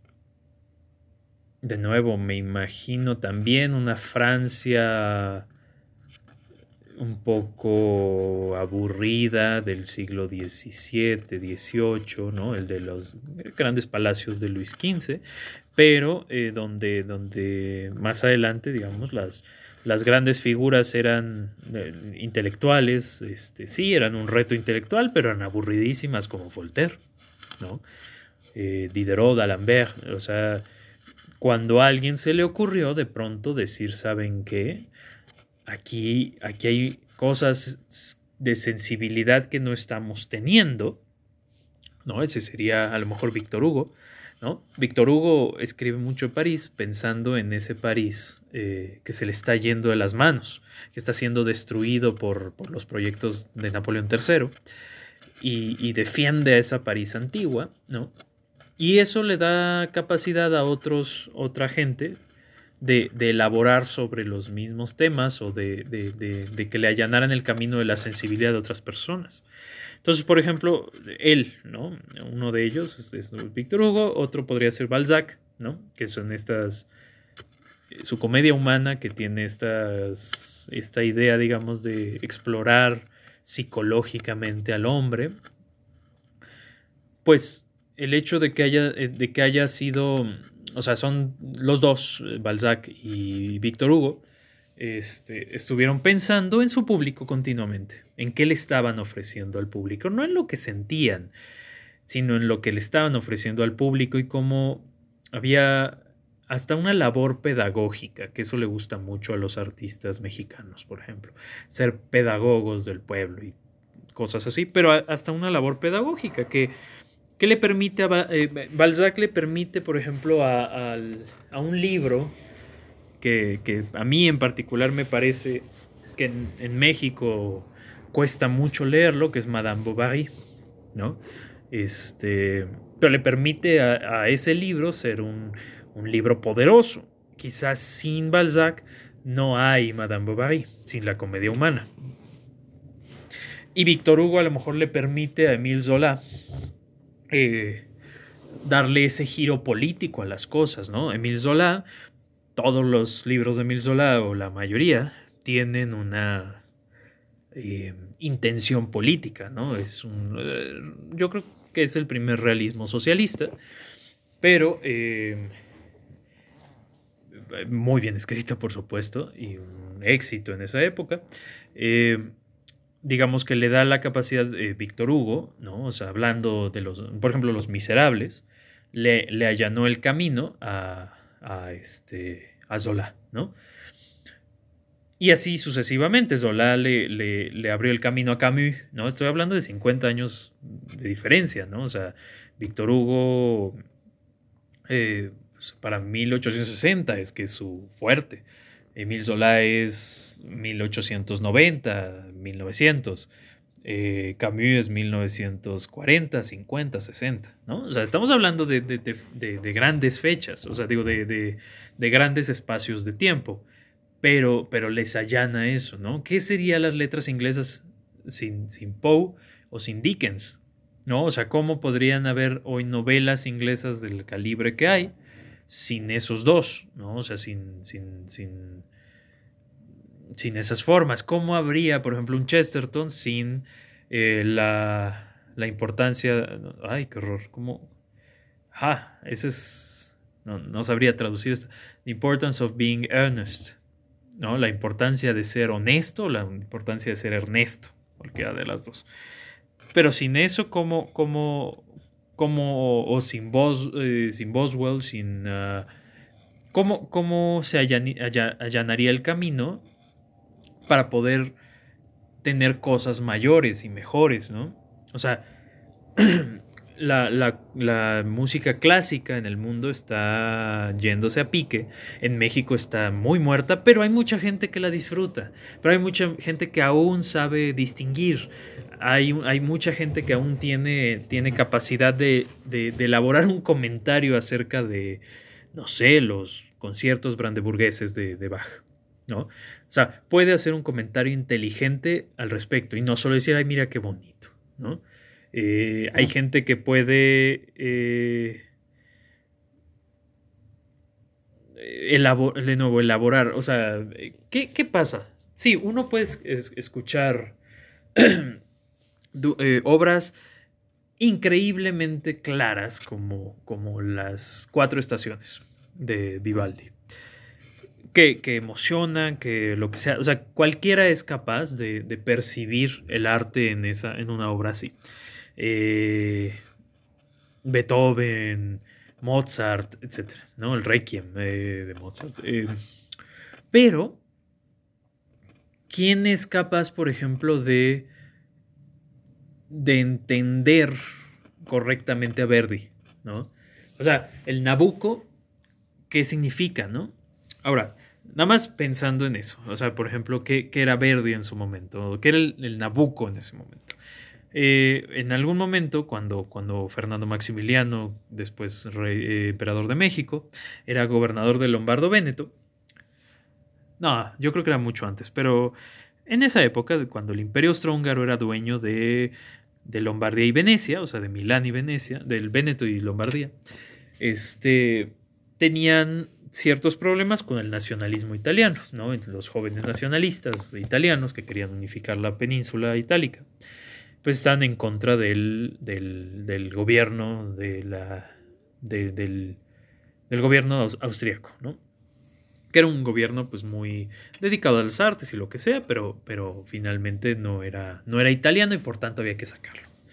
de nuevo, me imagino también una Francia un poco aburrida del siglo diecisiete, dieciocho, ¿no? El de los grandes palacios de Luis quince, pero eh, donde, donde más adelante, digamos, las, las grandes figuras eran eh, intelectuales, este, sí, eran un reto intelectual, pero eran aburridísimas como Voltaire, ¿no? Eh, Diderot, D'Alembert, o sea, cuando a alguien se le ocurrió de pronto decir, ¿saben qué? Aquí, aquí hay cosas de sensibilidad que no estamos teniendo, ¿no? Ese sería a lo mejor Víctor Hugo, ¿no? Víctor Hugo escribe mucho en París pensando en ese París eh, que se le está yendo de las manos, que está siendo destruido por, por los proyectos de Napoleón tercero y, y defiende a esa París antigua, ¿no? Y eso le da capacidad a otros, otra gente de, de elaborar sobre los mismos temas o de, de, de, de que le allanaran el camino de la sensibilidad de otras personas. Entonces, por ejemplo, él, ¿no? Uno de ellos es, es Víctor Hugo, otro podría ser Balzac, ¿no? Que son estas, su comedia humana que tiene estas, esta idea, digamos, de explorar psicológicamente al hombre, pues el hecho de que haya, de que haya sido, o sea, son los dos, Balzac y Víctor Hugo, este, estuvieron pensando en su público continuamente, en qué le estaban ofreciendo al público, no en lo que sentían, sino en lo que le estaban ofreciendo al público y cómo había hasta una labor pedagógica, que eso le gusta mucho a los artistas mexicanos, por ejemplo, ser pedagogos del pueblo y cosas así, pero hasta una labor pedagógica que, que le permite, a eh, Balzac le permite, por ejemplo, a, a, a un libro que, que a mí en particular me parece que en, en México cuesta mucho leerlo, que es Madame Bovary, ¿no? Este, pero le permite a, a ese libro ser un, un libro poderoso. Quizás sin Balzac no hay Madame Bovary, sin la comedia humana. Y Víctor Hugo a lo mejor le permite a Émile Zola eh, darle ese giro político a las cosas, ¿no? Émile Zola, todos los libros de Émile Zola, o la mayoría, tienen una eh, intención política, ¿no? Es un, eh, yo creo que es el primer realismo socialista, pero eh, muy bien escrito, por supuesto, y un éxito en esa época. Eh, digamos que le da la capacidad de eh, Víctor Hugo, ¿no? O sea, hablando de los, por ejemplo, Los Miserables, le, le allanó el camino a, a, este, a Zola, ¿no? Y así sucesivamente, Zola le, le, le abrió el camino a Camus, ¿no? Estoy hablando de cincuenta años de diferencia, ¿no? O sea, Víctor Hugo, eh, pues para mil ochocientos sesenta es que es su fuerte. Émile Zola es mil ochocientos noventa, mil novecientos. Eh, Camus es mil novecientos cuarenta, cincuenta, sesenta, ¿no? O sea, estamos hablando de, de, de, de, de grandes fechas, o sea, digo, de, de, de grandes espacios de tiempo, pero, pero les allana eso, ¿no? ¿Qué serían las letras inglesas sin, sin Poe o sin Dickens? ¿No? O sea, ¿cómo podrían haber hoy novelas inglesas del calibre que hay sin esos dos, ¿no? O sea, sin, sin, sin, sin esas formas. ¿Cómo habría, por ejemplo, un Chesterton sin eh, la, la importancia? Ay, qué horror. ¿Cómo? Ah, ese es. No, no sabría traducir esto. The importance of being earnest, ¿no? La importancia de ser honesto, la importancia de ser Ernesto, cualquiera de las dos. Pero sin eso, ¿cómo, cómo, cómo o sin, Bos, eh, sin Boswell, sin... Uh, ¿cómo, ¿Cómo se allan, all, allanaría el camino para poder tener cosas mayores y mejores, ¿no? O sea, la, la, la música clásica en el mundo está yéndose a pique. En México está muy muerta, pero hay mucha gente que la disfruta. Pero hay mucha gente que aún sabe distinguir. Hay, hay mucha gente que aún tiene, tiene capacidad de, de, de elaborar un comentario acerca de, no sé, los conciertos brandeburgueses de, de Bach, ¿no? O sea, puede hacer un comentario inteligente al respecto y no solo decir, ay, mira qué bonito, ¿no? Eh, hay gente que puede eh, elabor de nuevo elaborar, o sea, ¿qué, qué pasa? Sí, uno puede es escuchar eh, obras increíblemente claras como, como las cuatro estaciones de Vivaldi, que, que emocionan, que lo que sea, o sea, cualquiera es capaz de, de percibir el arte en, esa, en una obra así. Eh, Beethoven, Mozart, etcétera, ¿no? El Requiem eh, de Mozart. Eh, pero, ¿quién es capaz, por ejemplo, de, de entender correctamente a Verdi, ¿no? O sea, el Nabucco, ¿qué significa, no? Ahora, nada más pensando en eso, o sea, por ejemplo, ¿qué, qué era Verdi en su momento? ¿Qué era el, el Nabucco en ese momento? Eh, en algún momento, cuando, cuando Fernando Maximiliano, después rey, eh, emperador de México, era gobernador de Lombardo Véneto, no, yo creo que era mucho antes, pero en esa época, cuando el Imperio Austrohúngaro era dueño de, de Lombardía y Venecia, o sea, de Milán y Venecia, del Véneto y Lombardía, este, tenían ciertos problemas con el nacionalismo italiano, ¿no? Los jóvenes nacionalistas italianos que querían unificar la península itálica, pues están en contra del, del, del gobierno de la, de, del, del gobierno austríaco, ¿no? Que era un gobierno pues muy dedicado a las artes y lo que sea, pero, pero finalmente no era, no era italiano y por tanto había que sacarlo.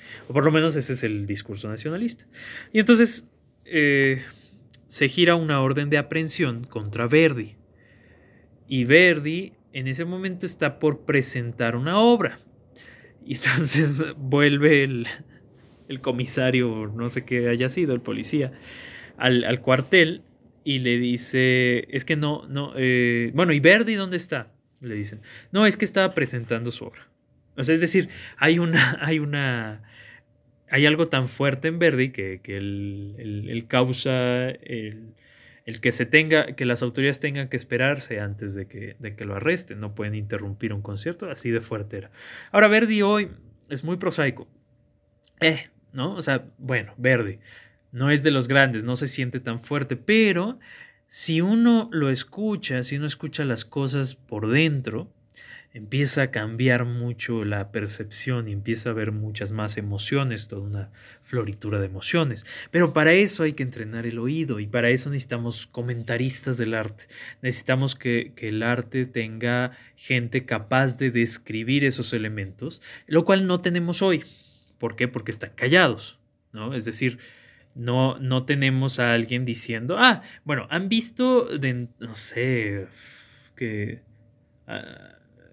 O por lo menos ese es el discurso nacionalista. Y entonces eh, se gira una orden de aprehensión contra Verdi. Y Verdi en ese momento está por presentar una obra. Y entonces vuelve el, el comisario, no sé qué haya sido, el policía, al, al cuartel y le dice, es que no, no, eh, bueno, ¿y Verdi dónde está? Le dicen, no, es que estaba presentando su obra. O sea, es decir, hay una, hay una, hay algo tan fuerte en Verdi que, que el, el, el causa, el, el que se tenga, que las autoridades tengan que esperarse antes de que, de que lo arresten, no pueden interrumpir un concierto, así de fuerte era. Ahora, Verdi hoy es muy prosaico. Eh, ¿no? O sea, bueno, Verdi no es de los grandes, no se siente tan fuerte, pero si uno lo escucha, si uno escucha las cosas por dentro, empieza a cambiar mucho la percepción y empieza a haber muchas más emociones, toda una floritura de emociones. Pero para eso hay que entrenar el oído y para eso necesitamos comentaristas del arte. Necesitamos que, que el arte tenga gente capaz de describir esos elementos, lo cual no tenemos hoy. ¿Por qué? Porque están callados, ¿no? Es decir, no, no tenemos a alguien diciendo, ah, bueno, han visto, de, no sé, que... Uh,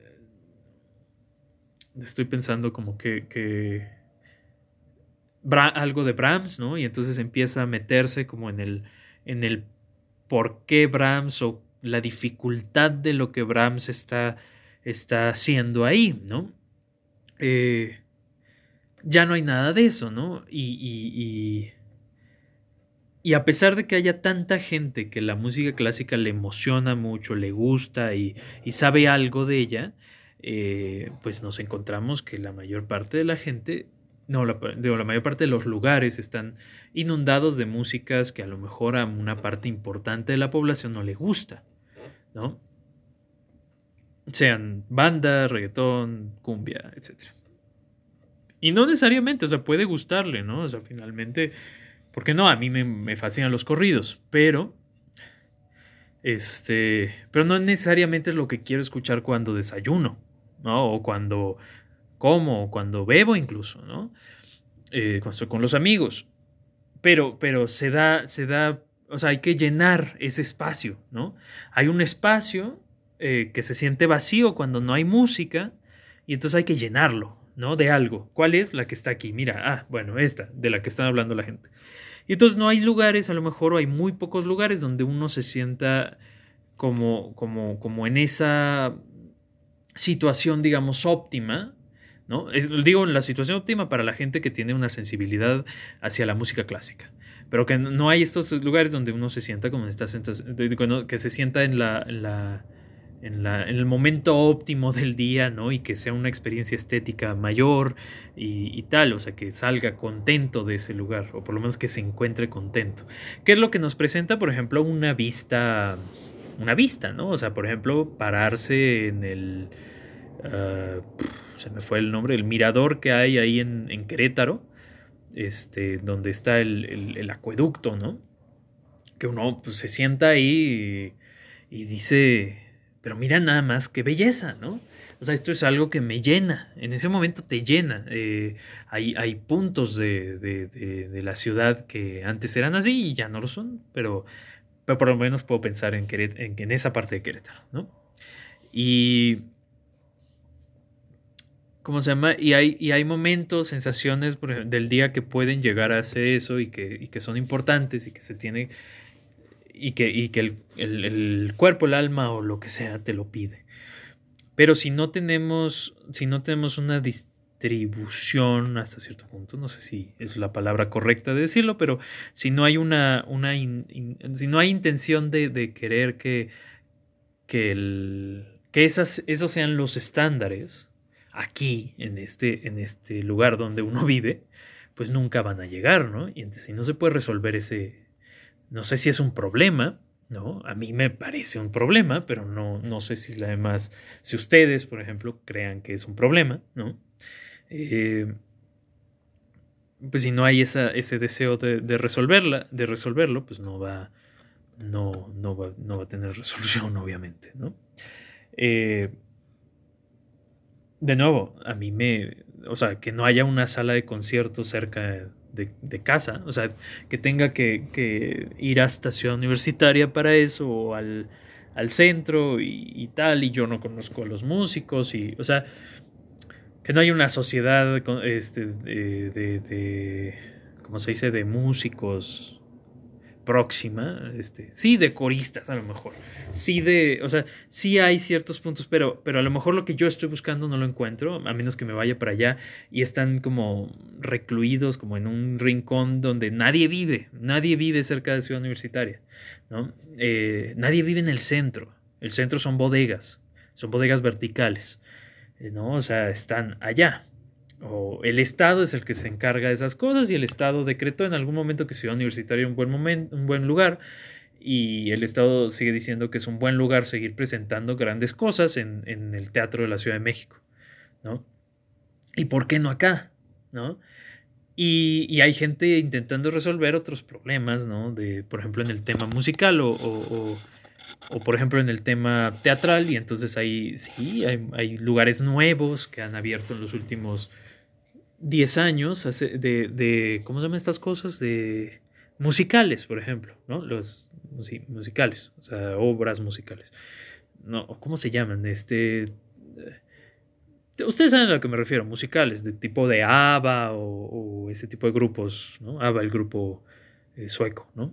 estoy pensando como que, que Bra algo de Brahms, ¿no? Y entonces empieza a meterse como en el, en el por qué Brahms o la dificultad de lo que Brahms está, está haciendo ahí, ¿no? Eh, ya no hay nada de eso, ¿no? Y, y, y, y a pesar de que haya tanta gente que la música clásica le emociona mucho, le gusta y, y sabe algo de ella, eh, pues nos encontramos que la mayor parte de la gente, no, la, digo, la mayor parte de los lugares están inundados de músicas que a lo mejor a una parte importante de la población no le gusta, ¿no? Sean banda, reggaetón, cumbia, etcétera. Y no necesariamente, o sea, puede gustarle, ¿no? O sea, finalmente, porque no, a mí me, me fascinan los corridos, pero, este, pero no necesariamente es lo que quiero escuchar cuando desayuno, ¿no? O cuando como, o cuando bebo incluso, ¿no? Eh, cuando estoy con los amigos. Pero, pero se da, se da, o sea, hay que llenar ese espacio, ¿no? Hay un espacio eh, que se siente vacío cuando no hay música y entonces hay que llenarlo, ¿no? De algo. ¿Cuál es? La que está aquí. Mira, ah, bueno, esta, de la que están hablando la gente. Y entonces no hay lugares, a lo mejor o hay muy pocos lugares donde uno se sienta como, como, como en esa situación, digamos, óptima, ¿no? Es, digo, en la situación óptima para la gente que tiene una sensibilidad hacia la música clásica. Pero que no hay estos lugares donde uno se sienta como en esta sensación, que se sienta en la, en la En, la, en el momento óptimo del día, ¿no? Y que sea una experiencia estética mayor y, y tal, o sea, que salga contento de ese lugar, o por lo menos que se encuentre contento. ¿Qué es lo que nos presenta, por ejemplo, una vista, una vista, ¿no? O sea, por ejemplo, pararse en el, uh, se me fue el nombre, el mirador que hay ahí en, en Querétaro, este, donde está el, el, el acueducto, ¿no? Que uno pues, se sienta ahí y, y dice... Pero mira nada más qué belleza, ¿no? O sea, esto es algo que me llena. En ese momento te llena. Eh, hay, hay puntos de, de, de, de la ciudad que antes eran así y ya no lo son. Pero, pero por lo menos puedo pensar en, Queret- en, en esa parte de Querétaro, ¿no? Y... ¿Cómo se llama? Y hay, y hay momentos, sensaciones por ejemplo, del día que pueden llegar a hacer eso y que, y que son importantes y que se tiene... y que, y que el, el, el cuerpo, el alma o lo que sea te lo pide. Pero si no tenemos, si no tenemos una distribución hasta cierto punto, no sé si es la palabra correcta de decirlo, pero si no hay una, una in, in, si no hay intención de, de querer que, que, el, que esas, esos sean los estándares aquí, en este, en este lugar donde uno vive, pues nunca van a llegar, ¿no? Y entonces si no se puede resolver ese, no sé si es un problema, ¿no? A mí me parece un problema, pero no, no sé si además, si ustedes, por ejemplo, crean que es un problema, ¿no? Eh, pues si no hay esa, ese deseo de, de resolverla, de resolverlo, pues no va, no, no va, no va a tener resolución, obviamente, ¿no? Eh, de nuevo, a mí me, o sea, que no haya una sala de conciertos cerca de, de casa, o sea, que tenga que, que ir hasta Ciudad Universitaria para eso, o al, al centro y, y tal, y yo no conozco a los músicos, y, o sea, que no haya una sociedad con- este, de, de, de, ¿cómo se dice?, de músicos próxima, este, sí de coristas a lo mejor, sí de, o sea, sí hay ciertos puntos, pero, pero a lo mejor lo que yo estoy buscando no lo encuentro, a menos que me vaya para allá y están como recluidos, como en un rincón donde nadie vive, nadie vive cerca de Ciudad Universitaria, ¿no? Eh, nadie vive en el centro, el centro son bodegas, son bodegas verticales, eh, ¿no? O sea, están allá. O el Estado es el que se encarga de esas cosas y el Estado decretó en algún momento que Ciudad Universitaria era un buen momento, un buen lugar y el Estado sigue diciendo que es un buen lugar seguir presentando grandes cosas en, en el Teatro de la Ciudad de México, ¿no? ¿Y por qué no acá? ¿No? Y, y hay gente intentando resolver otros problemas, ¿no? De, por ejemplo, en el tema musical o, o, o o por ejemplo en el tema teatral y entonces hay, sí, hay, hay lugares nuevos que han abierto en los últimos diez años hace- de, de, ¿cómo se llaman estas cosas? De musicales, por ejemplo, ¿no? Los sí, musicales, o sea, obras musicales. No, ¿cómo se llaman? Este, eh, ustedes saben a lo que me refiero, musicales, de tipo de ABBA o, o ese tipo de grupos, ¿no? ABBA, el grupo eh, sueco, ¿no?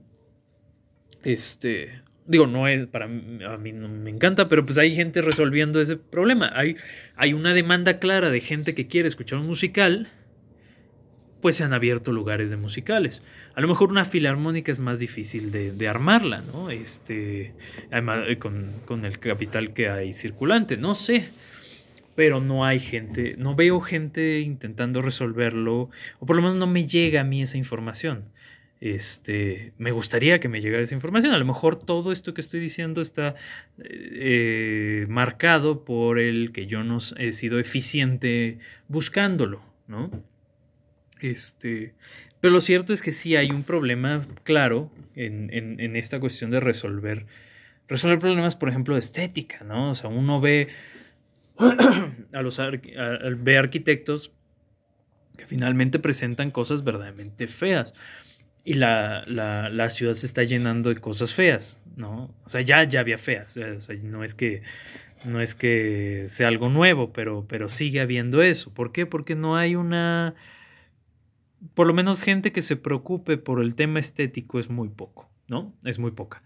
Este, digo, no es para mí, a mí no me encanta, pero pues hay gente resolviendo ese problema. Hay, hay una demanda clara de gente que quiere escuchar un musical, pues se han abierto lugares de musicales. A lo mejor una filarmónica es más difícil de, de armarla, ¿no? Este, además, eh, con, con el capital que hay circulante, no sé. Pero no hay gente, no veo gente intentando resolverlo, o por lo menos no me llega a mí esa información. Este, me gustaría que me llegara esa información. A lo mejor todo esto que estoy diciendo está eh, marcado por el que yo no he sido eficiente buscándolo, ¿no? Este, pero lo cierto es que sí hay un problema claro en, en, en esta cuestión de resolver, resolver problemas, por ejemplo, de estética, ¿no? O sea, uno ve a los arqu- a, a, ve arquitectos que finalmente presentan cosas verdaderamente feas y la, la, la, ciudad se está llenando de cosas feas, ¿no? O sea, ya, ya había feas, o sea, no es que no es que sea algo nuevo, pero, pero sigue habiendo eso. ¿Por qué? Porque no hay una, por lo menos gente que se preocupe por el tema estético es muy poco, ¿no? Es muy poca.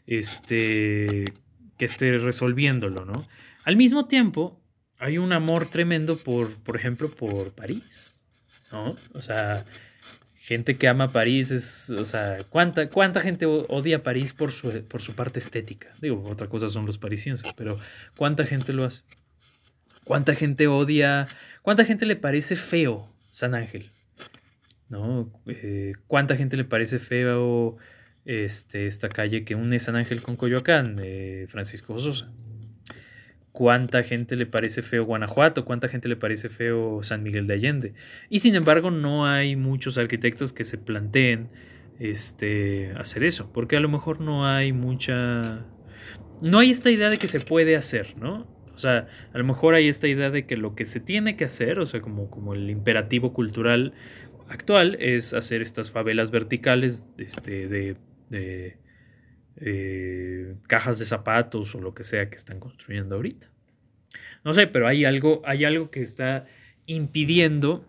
Este, que esté resolviéndolo, ¿no? Al mismo tiempo, hay un amor tremendo por, por ejemplo, por París, ¿no? O sea, gente que ama París es, o sea, ¿cuánta, cuánta gente odia París por su, por su parte estética? Digo, otra cosa son los parisienses, pero ¿cuánta gente lo hace? ¿Cuánta gente odia, cuánta gente le parece feo San Ángel? ¿No? Eh, ¿Cuánta gente le parece feo este, esta calle que une San Ángel con Coyoacán, de Francisco Sosa? ¿Cuánta gente le parece feo Guanajuato? ¿Cuánta gente le parece feo San Miguel de Allende? Y sin embargo no hay muchos arquitectos que se planteen este, hacer eso, porque a lo mejor no hay mucha... No hay esta idea de que se puede hacer, ¿no? O sea, a lo mejor hay esta idea de que lo que se tiene que hacer, o sea, como, como el imperativo cultural actual es hacer estas favelas verticales este, de, de eh, cajas de zapatos o lo que sea que están construyendo ahorita. No sé, pero hay algo, hay algo que está impidiendo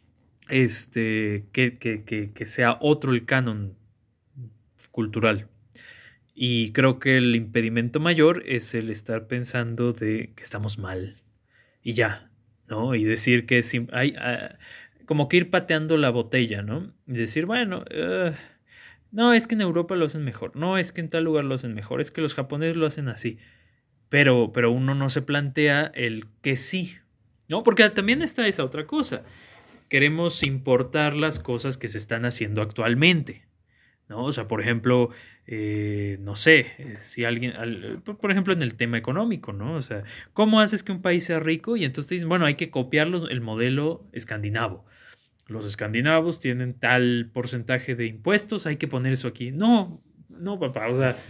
este, que, que, que, que sea otro el canon cultural. Y creo que el impedimento mayor es el estar pensando de que estamos mal y ya, ¿no? Y decir que si hay, uh, como que ir pateando la botella, ¿no? Y decir, bueno, uh, no, es que en Europa lo hacen mejor, no, es que en tal lugar lo hacen mejor, es que los japoneses lo hacen así, pero, pero uno no se plantea el que sí, ¿no? Porque también está esa otra cosa, queremos importar las cosas que se están haciendo actualmente, ¿no? O sea, por ejemplo, eh, no sé, si alguien, al, por ejemplo, en el tema económico, ¿no? O sea, ¿cómo haces que un país sea rico? Y entonces te dicen, bueno, hay que copiar los, el modelo escandinavo. Los escandinavos tienen tal porcentaje de impuestos, hay que poner eso aquí. No, no, papá, o sea,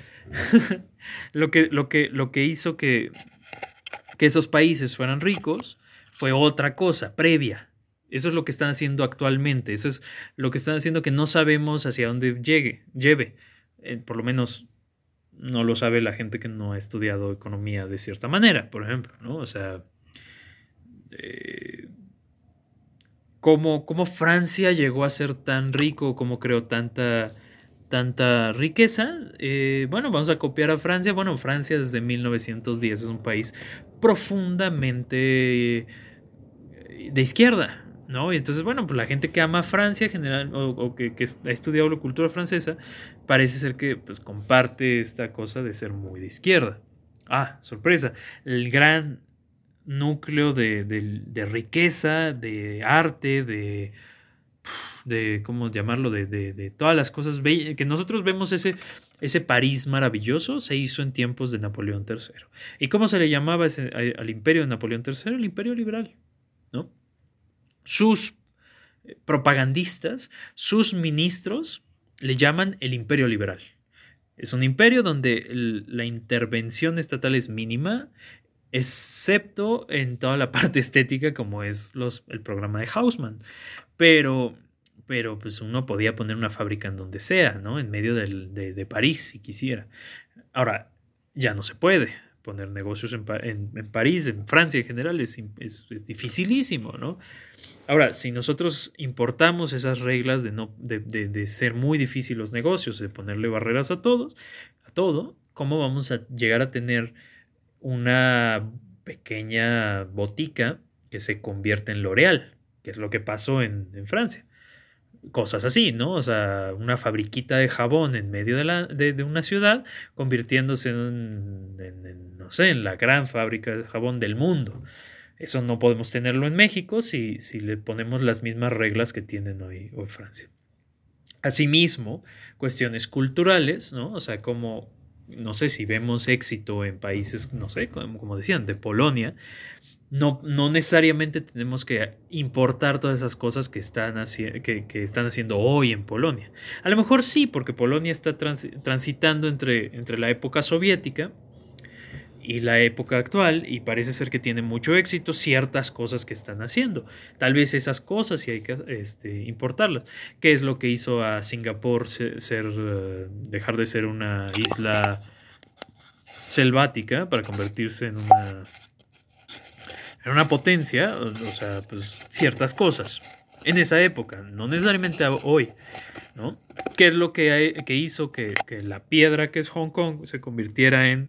lo que, lo que, lo que hizo que, que esos países fueran ricos fue otra cosa, previa. Eso es lo que están haciendo actualmente. Eso es lo que están haciendo que no sabemos hacia dónde llegue, lleve. Eh, por lo menos no lo sabe la gente que no ha estudiado economía de cierta manera, por ejemplo, ¿no? O sea, eh, ¿cómo, cómo Francia llegó a ser tan rico, cómo creó tanta, tanta riqueza? Eh, bueno, vamos a copiar a Francia. Bueno, Francia desde mil novecientos diez es un país profundamente de izquierda, ¿no? Y entonces, bueno, pues la gente que ama a Francia general o, o que, que, ha estudiado la cultura francesa parece ser que pues, comparte esta cosa de ser muy de izquierda. Ah, sorpresa, el gran núcleo de, de, de riqueza, de arte, de, de ¿cómo llamarlo? De, de, de todas las cosas que nosotros vemos ese, ese París maravilloso se hizo en tiempos de Napoleón tercero. ¿Y cómo se le llamaba ese, al imperio de Napoleón tercero? El imperio liberal, ¿no? Sus propagandistas, sus ministros, le llaman el imperio liberal. Es un imperio donde el, la intervención estatal es mínima, excepto en toda la parte estética, como es los, el programa de Haussmann. Pero, pero pues uno podía poner una fábrica en donde sea, ¿no? En medio del, de, de París, si quisiera. Ahora, ya no se puede poner negocios en, en, en París, en Francia en general, es, es, es dificilísimo, ¿no? Ahora, si nosotros importamos esas reglas de, no, de, de, de ser muy difíciles los negocios, de ponerle barreras a todos, a todo, ¿cómo vamos a llegar a tener una pequeña botica que se convierte en L'Oréal? Que es lo que pasó en, en Francia. Cosas así, ¿no? O sea, una fabriquita de jabón en medio de, la, de, de una ciudad convirtiéndose en, en, en, no sé, en la gran fábrica de jabón del mundo. Eso no podemos tenerlo en México si, si le ponemos las mismas reglas que tienen hoy, hoy Francia. Asimismo, cuestiones culturales, ¿no? O sea, como, no sé, si vemos éxito en países, no sé, como, como decían, de Polonia, no, no necesariamente tenemos que importar todas esas cosas que están, haci que, que están haciendo hoy en Polonia. A lo mejor sí, porque Polonia está trans transitando entre, entre la época soviética y la época actual, y parece ser que tiene mucho éxito ciertas cosas que están haciendo. Tal vez esas cosas sí hay que este, importarlas. ¿Qué es lo que hizo a Singapur ser, ser uh, dejar de ser una isla selvática para convertirse en una en una potencia? O sea, pues ciertas cosas en esa época, no necesariamente hoy, ¿no? ¿Qué es lo que, hay, que hizo que, que la piedra que es Hong Kong se convirtiera en,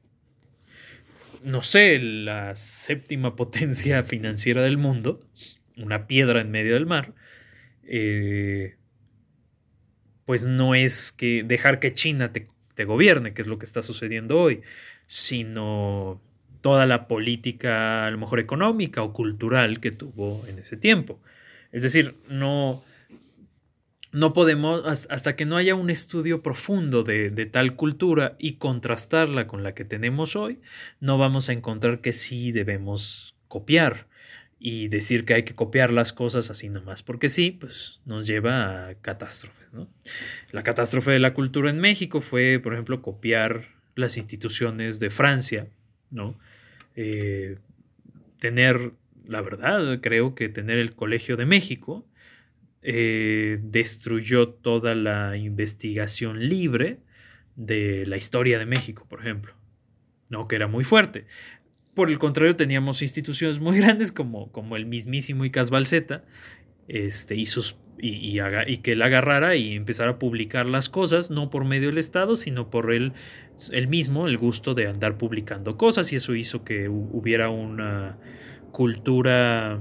no sé, la séptima potencia financiera del mundo, una piedra en medio del mar? Eh, pues no es que dejar que China te, te gobierne, que es lo que está sucediendo hoy, sino toda la política, a lo mejor económica o cultural que tuvo en ese tiempo. Es decir, no, no podemos, hasta que no haya un estudio profundo de, de tal cultura y contrastarla con la que tenemos hoy, no vamos a encontrar que sí debemos copiar. Y decir que hay que copiar las cosas así nomás porque sí, pues nos lleva a catástrofes, ¿no? La catástrofe de la cultura en México fue, por ejemplo, copiar las instituciones de Francia, ¿no? Eh, tener, la verdad, creo que tener el Colegio de México eh, destruyó toda la investigación libre de la historia de México, por ejemplo, ¿no? Que era muy fuerte. Por el contrario, teníamos instituciones muy grandes como, como el mismísimo Icas Balseta, este, y, sus, y, y, haga, y que él agarrara y empezara a publicar las cosas, no por medio del Estado, sino por él, él mismo, el gusto de andar publicando cosas, y eso hizo que hubiera una cultura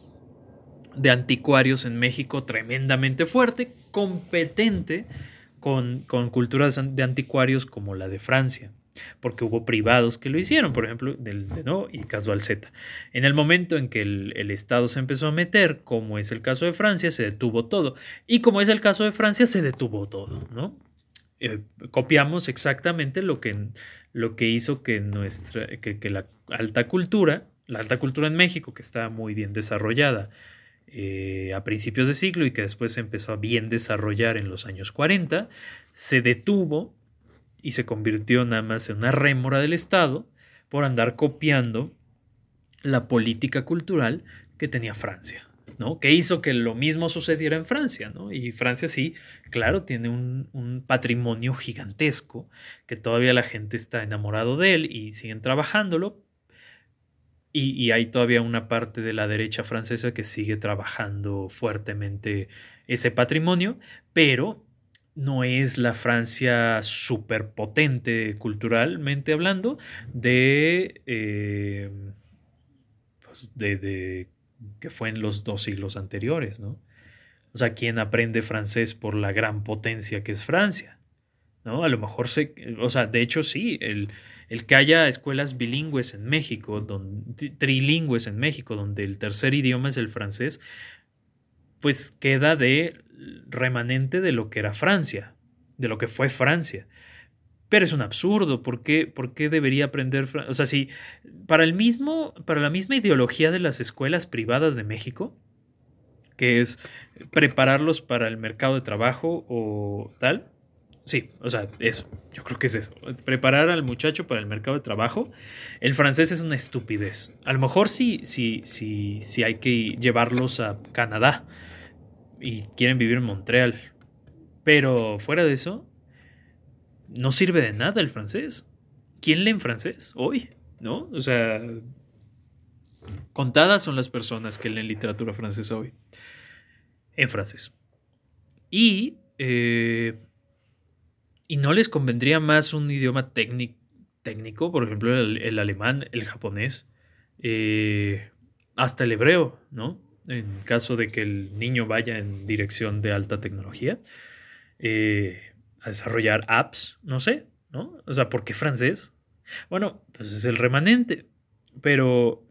de anticuarios en México tremendamente fuerte, competente con, con culturas de anticuarios como la de Francia, porque hubo privados que lo hicieron, por ejemplo, del, de no y Casual Z. En el momento en que el, el Estado se empezó a meter, como es el caso de Francia, se detuvo todo. Y como es el caso de Francia, se detuvo todo, ¿no? Eh, copiamos exactamente lo que, lo que hizo que, nuestra, que, que la alta cultura, la alta cultura en México, que está muy bien desarrollada eh, a principios de siglo y que después se empezó a bien desarrollar en los años cuarenta, se detuvo y se convirtió nada más en una rémora del Estado por andar copiando la política cultural que tenía Francia, ¿no? Que hizo que lo mismo sucediera en Francia, ¿no? Y Francia sí, claro, tiene un, un patrimonio gigantesco que todavía la gente está enamorado de él y siguen trabajándolo. Y, y hay todavía una parte de la derecha francesa que sigue trabajando fuertemente ese patrimonio, pero no es la Francia superpotente culturalmente hablando de, eh, pues de, de que fue en los dos siglos anteriores, ¿no? O sea, ¿quién aprende francés por la gran potencia que es Francia? ¿No? A lo mejor se, o sea, de hecho sí, el, el que haya escuelas bilingües en México, donde, trilingües en México, donde el tercer idioma es el francés, pues queda de remanente de lo que era Francia, de lo que fue Francia. Pero es un absurdo, ¿por qué, por qué debería aprender francés? O sea, si para el mismo, para la misma ideología de las escuelas privadas de México, que es prepararlos para el mercado de trabajo o tal, sí, o sea, eso, yo creo que es eso, preparar al muchacho para el mercado de trabajo, el francés es una estupidez. A lo mejor sí, sí, sí, sí hay que llevarlos a Canadá y quieren vivir en Montreal, pero fuera de eso, no sirve de nada el francés. ¿Quién lee en francés hoy? ¿No? O sea, contadas son las personas que leen literatura francesa hoy en francés. Y, eh, y no les convendría más un idioma técnico, técnico por ejemplo, el, el alemán, el japonés, eh, hasta el hebreo, ¿no? En caso de que el niño vaya en dirección de alta tecnología, eh, a desarrollar apps, no sé, ¿no? O sea, ¿por qué francés? Bueno, pues es el remanente, pero,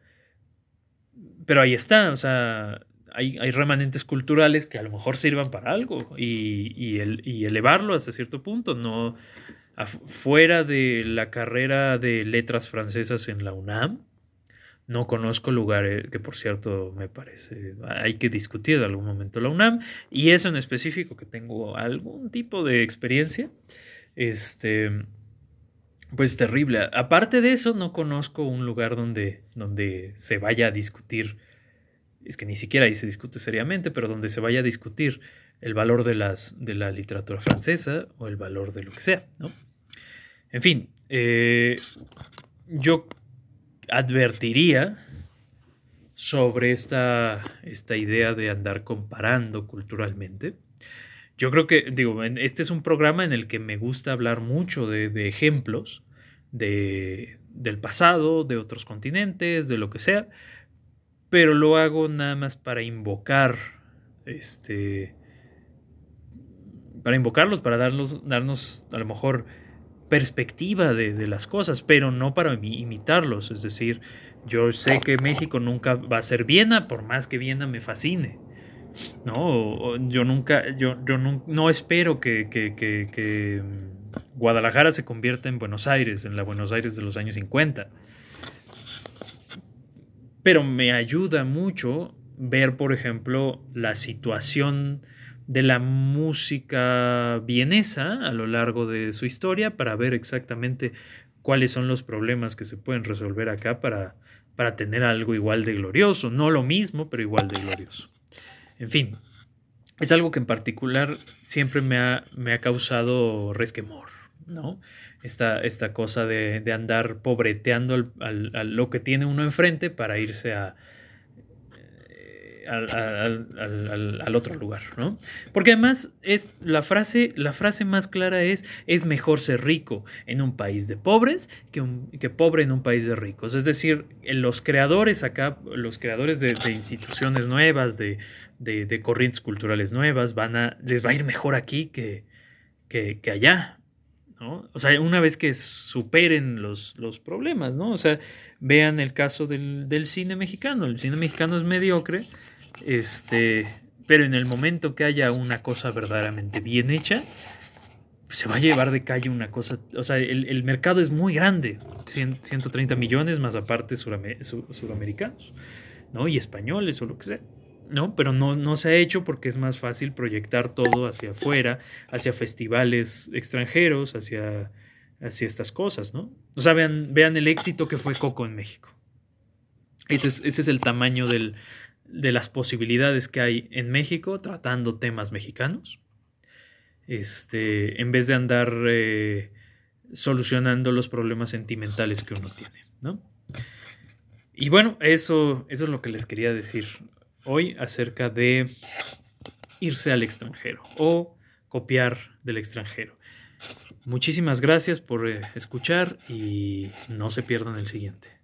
pero ahí está, o sea, hay, hay remanentes culturales que a lo mejor sirvan para algo y, y, el, y elevarlo hasta cierto punto, no fuera de la carrera de letras francesas en la UNAM. No conozco lugares que, por cierto, me parece, hay que discutir de algún momento la UNAM, y eso en específico, que tengo algún tipo de experiencia, este, pues terrible. Aparte de eso, no conozco un lugar donde, donde se vaya a discutir, es que ni siquiera ahí se discute seriamente, pero donde se vaya a discutir el valor de, las, de la literatura francesa o el valor de lo que sea, ¿no? En fin, eh, yo advertiría sobre esta, esta idea de andar comparando culturalmente. Yo creo que, digo, este es un programa en el que me gusta hablar mucho de, de ejemplos de, del pasado, de otros continentes, de lo que sea, pero lo hago nada más para invocar, este, para invocarlos, para darnos, darnos a lo mejor perspectiva de, de las cosas, pero no para imitarlos. Es decir, yo sé que México nunca va a ser Viena, por más que Viena me fascine. No, yo nunca, yo, yo no, no espero que, que, que, que Guadalajara se convierta en Buenos Aires, en la Buenos Aires de los años cincuenta. Pero me ayuda mucho ver, por ejemplo, la situación de la música vienesa a lo largo de su historia para ver exactamente cuáles son los problemas que se pueden resolver acá para, para tener algo igual de glorioso. No lo mismo, pero igual de glorioso. En fin, es algo que en particular siempre me ha, me ha causado resquemor, ¿no? Esta, esta cosa de, de andar pobreteando al, al, a lo que tiene uno enfrente para irse a, Al, al, al, al, otro lugar, ¿no? Porque además es la frase, la frase más clara es: es mejor ser rico en un país de pobres que, un, que pobre en un país de ricos. Es decir, los creadores acá, los creadores de, de instituciones nuevas, de, de, de corrientes culturales nuevas, van a, les va a ir mejor aquí que, que, que allá, ¿no? O sea, una vez que superen los, los problemas, ¿no? O sea, vean el caso del, del cine mexicano. El cine mexicano es mediocre. Este, pero en el momento que haya una cosa verdaderamente bien hecha, pues se va a llevar de calle una cosa. O sea, el, el mercado es muy grande, ciento treinta millones más aparte surame, sur, suramericanos, ¿no? Y españoles o lo que sea, ¿no? Pero no, no se ha hecho porque es más fácil proyectar todo hacia afuera, hacia festivales extranjeros, hacia, hacia estas cosas, ¿no? O sea, vean, vean el éxito que fue Coco en México. Ese es, ese es el tamaño del, de las posibilidades que hay en México tratando temas mexicanos. Este, en vez de andar eh, solucionando los problemas sentimentales que uno tiene, ¿no? Y bueno, eso, eso es lo que les quería decir hoy acerca de irse al extranjero o copiar del extranjero. Muchísimas gracias por eh, escuchar y no se pierdan el siguiente.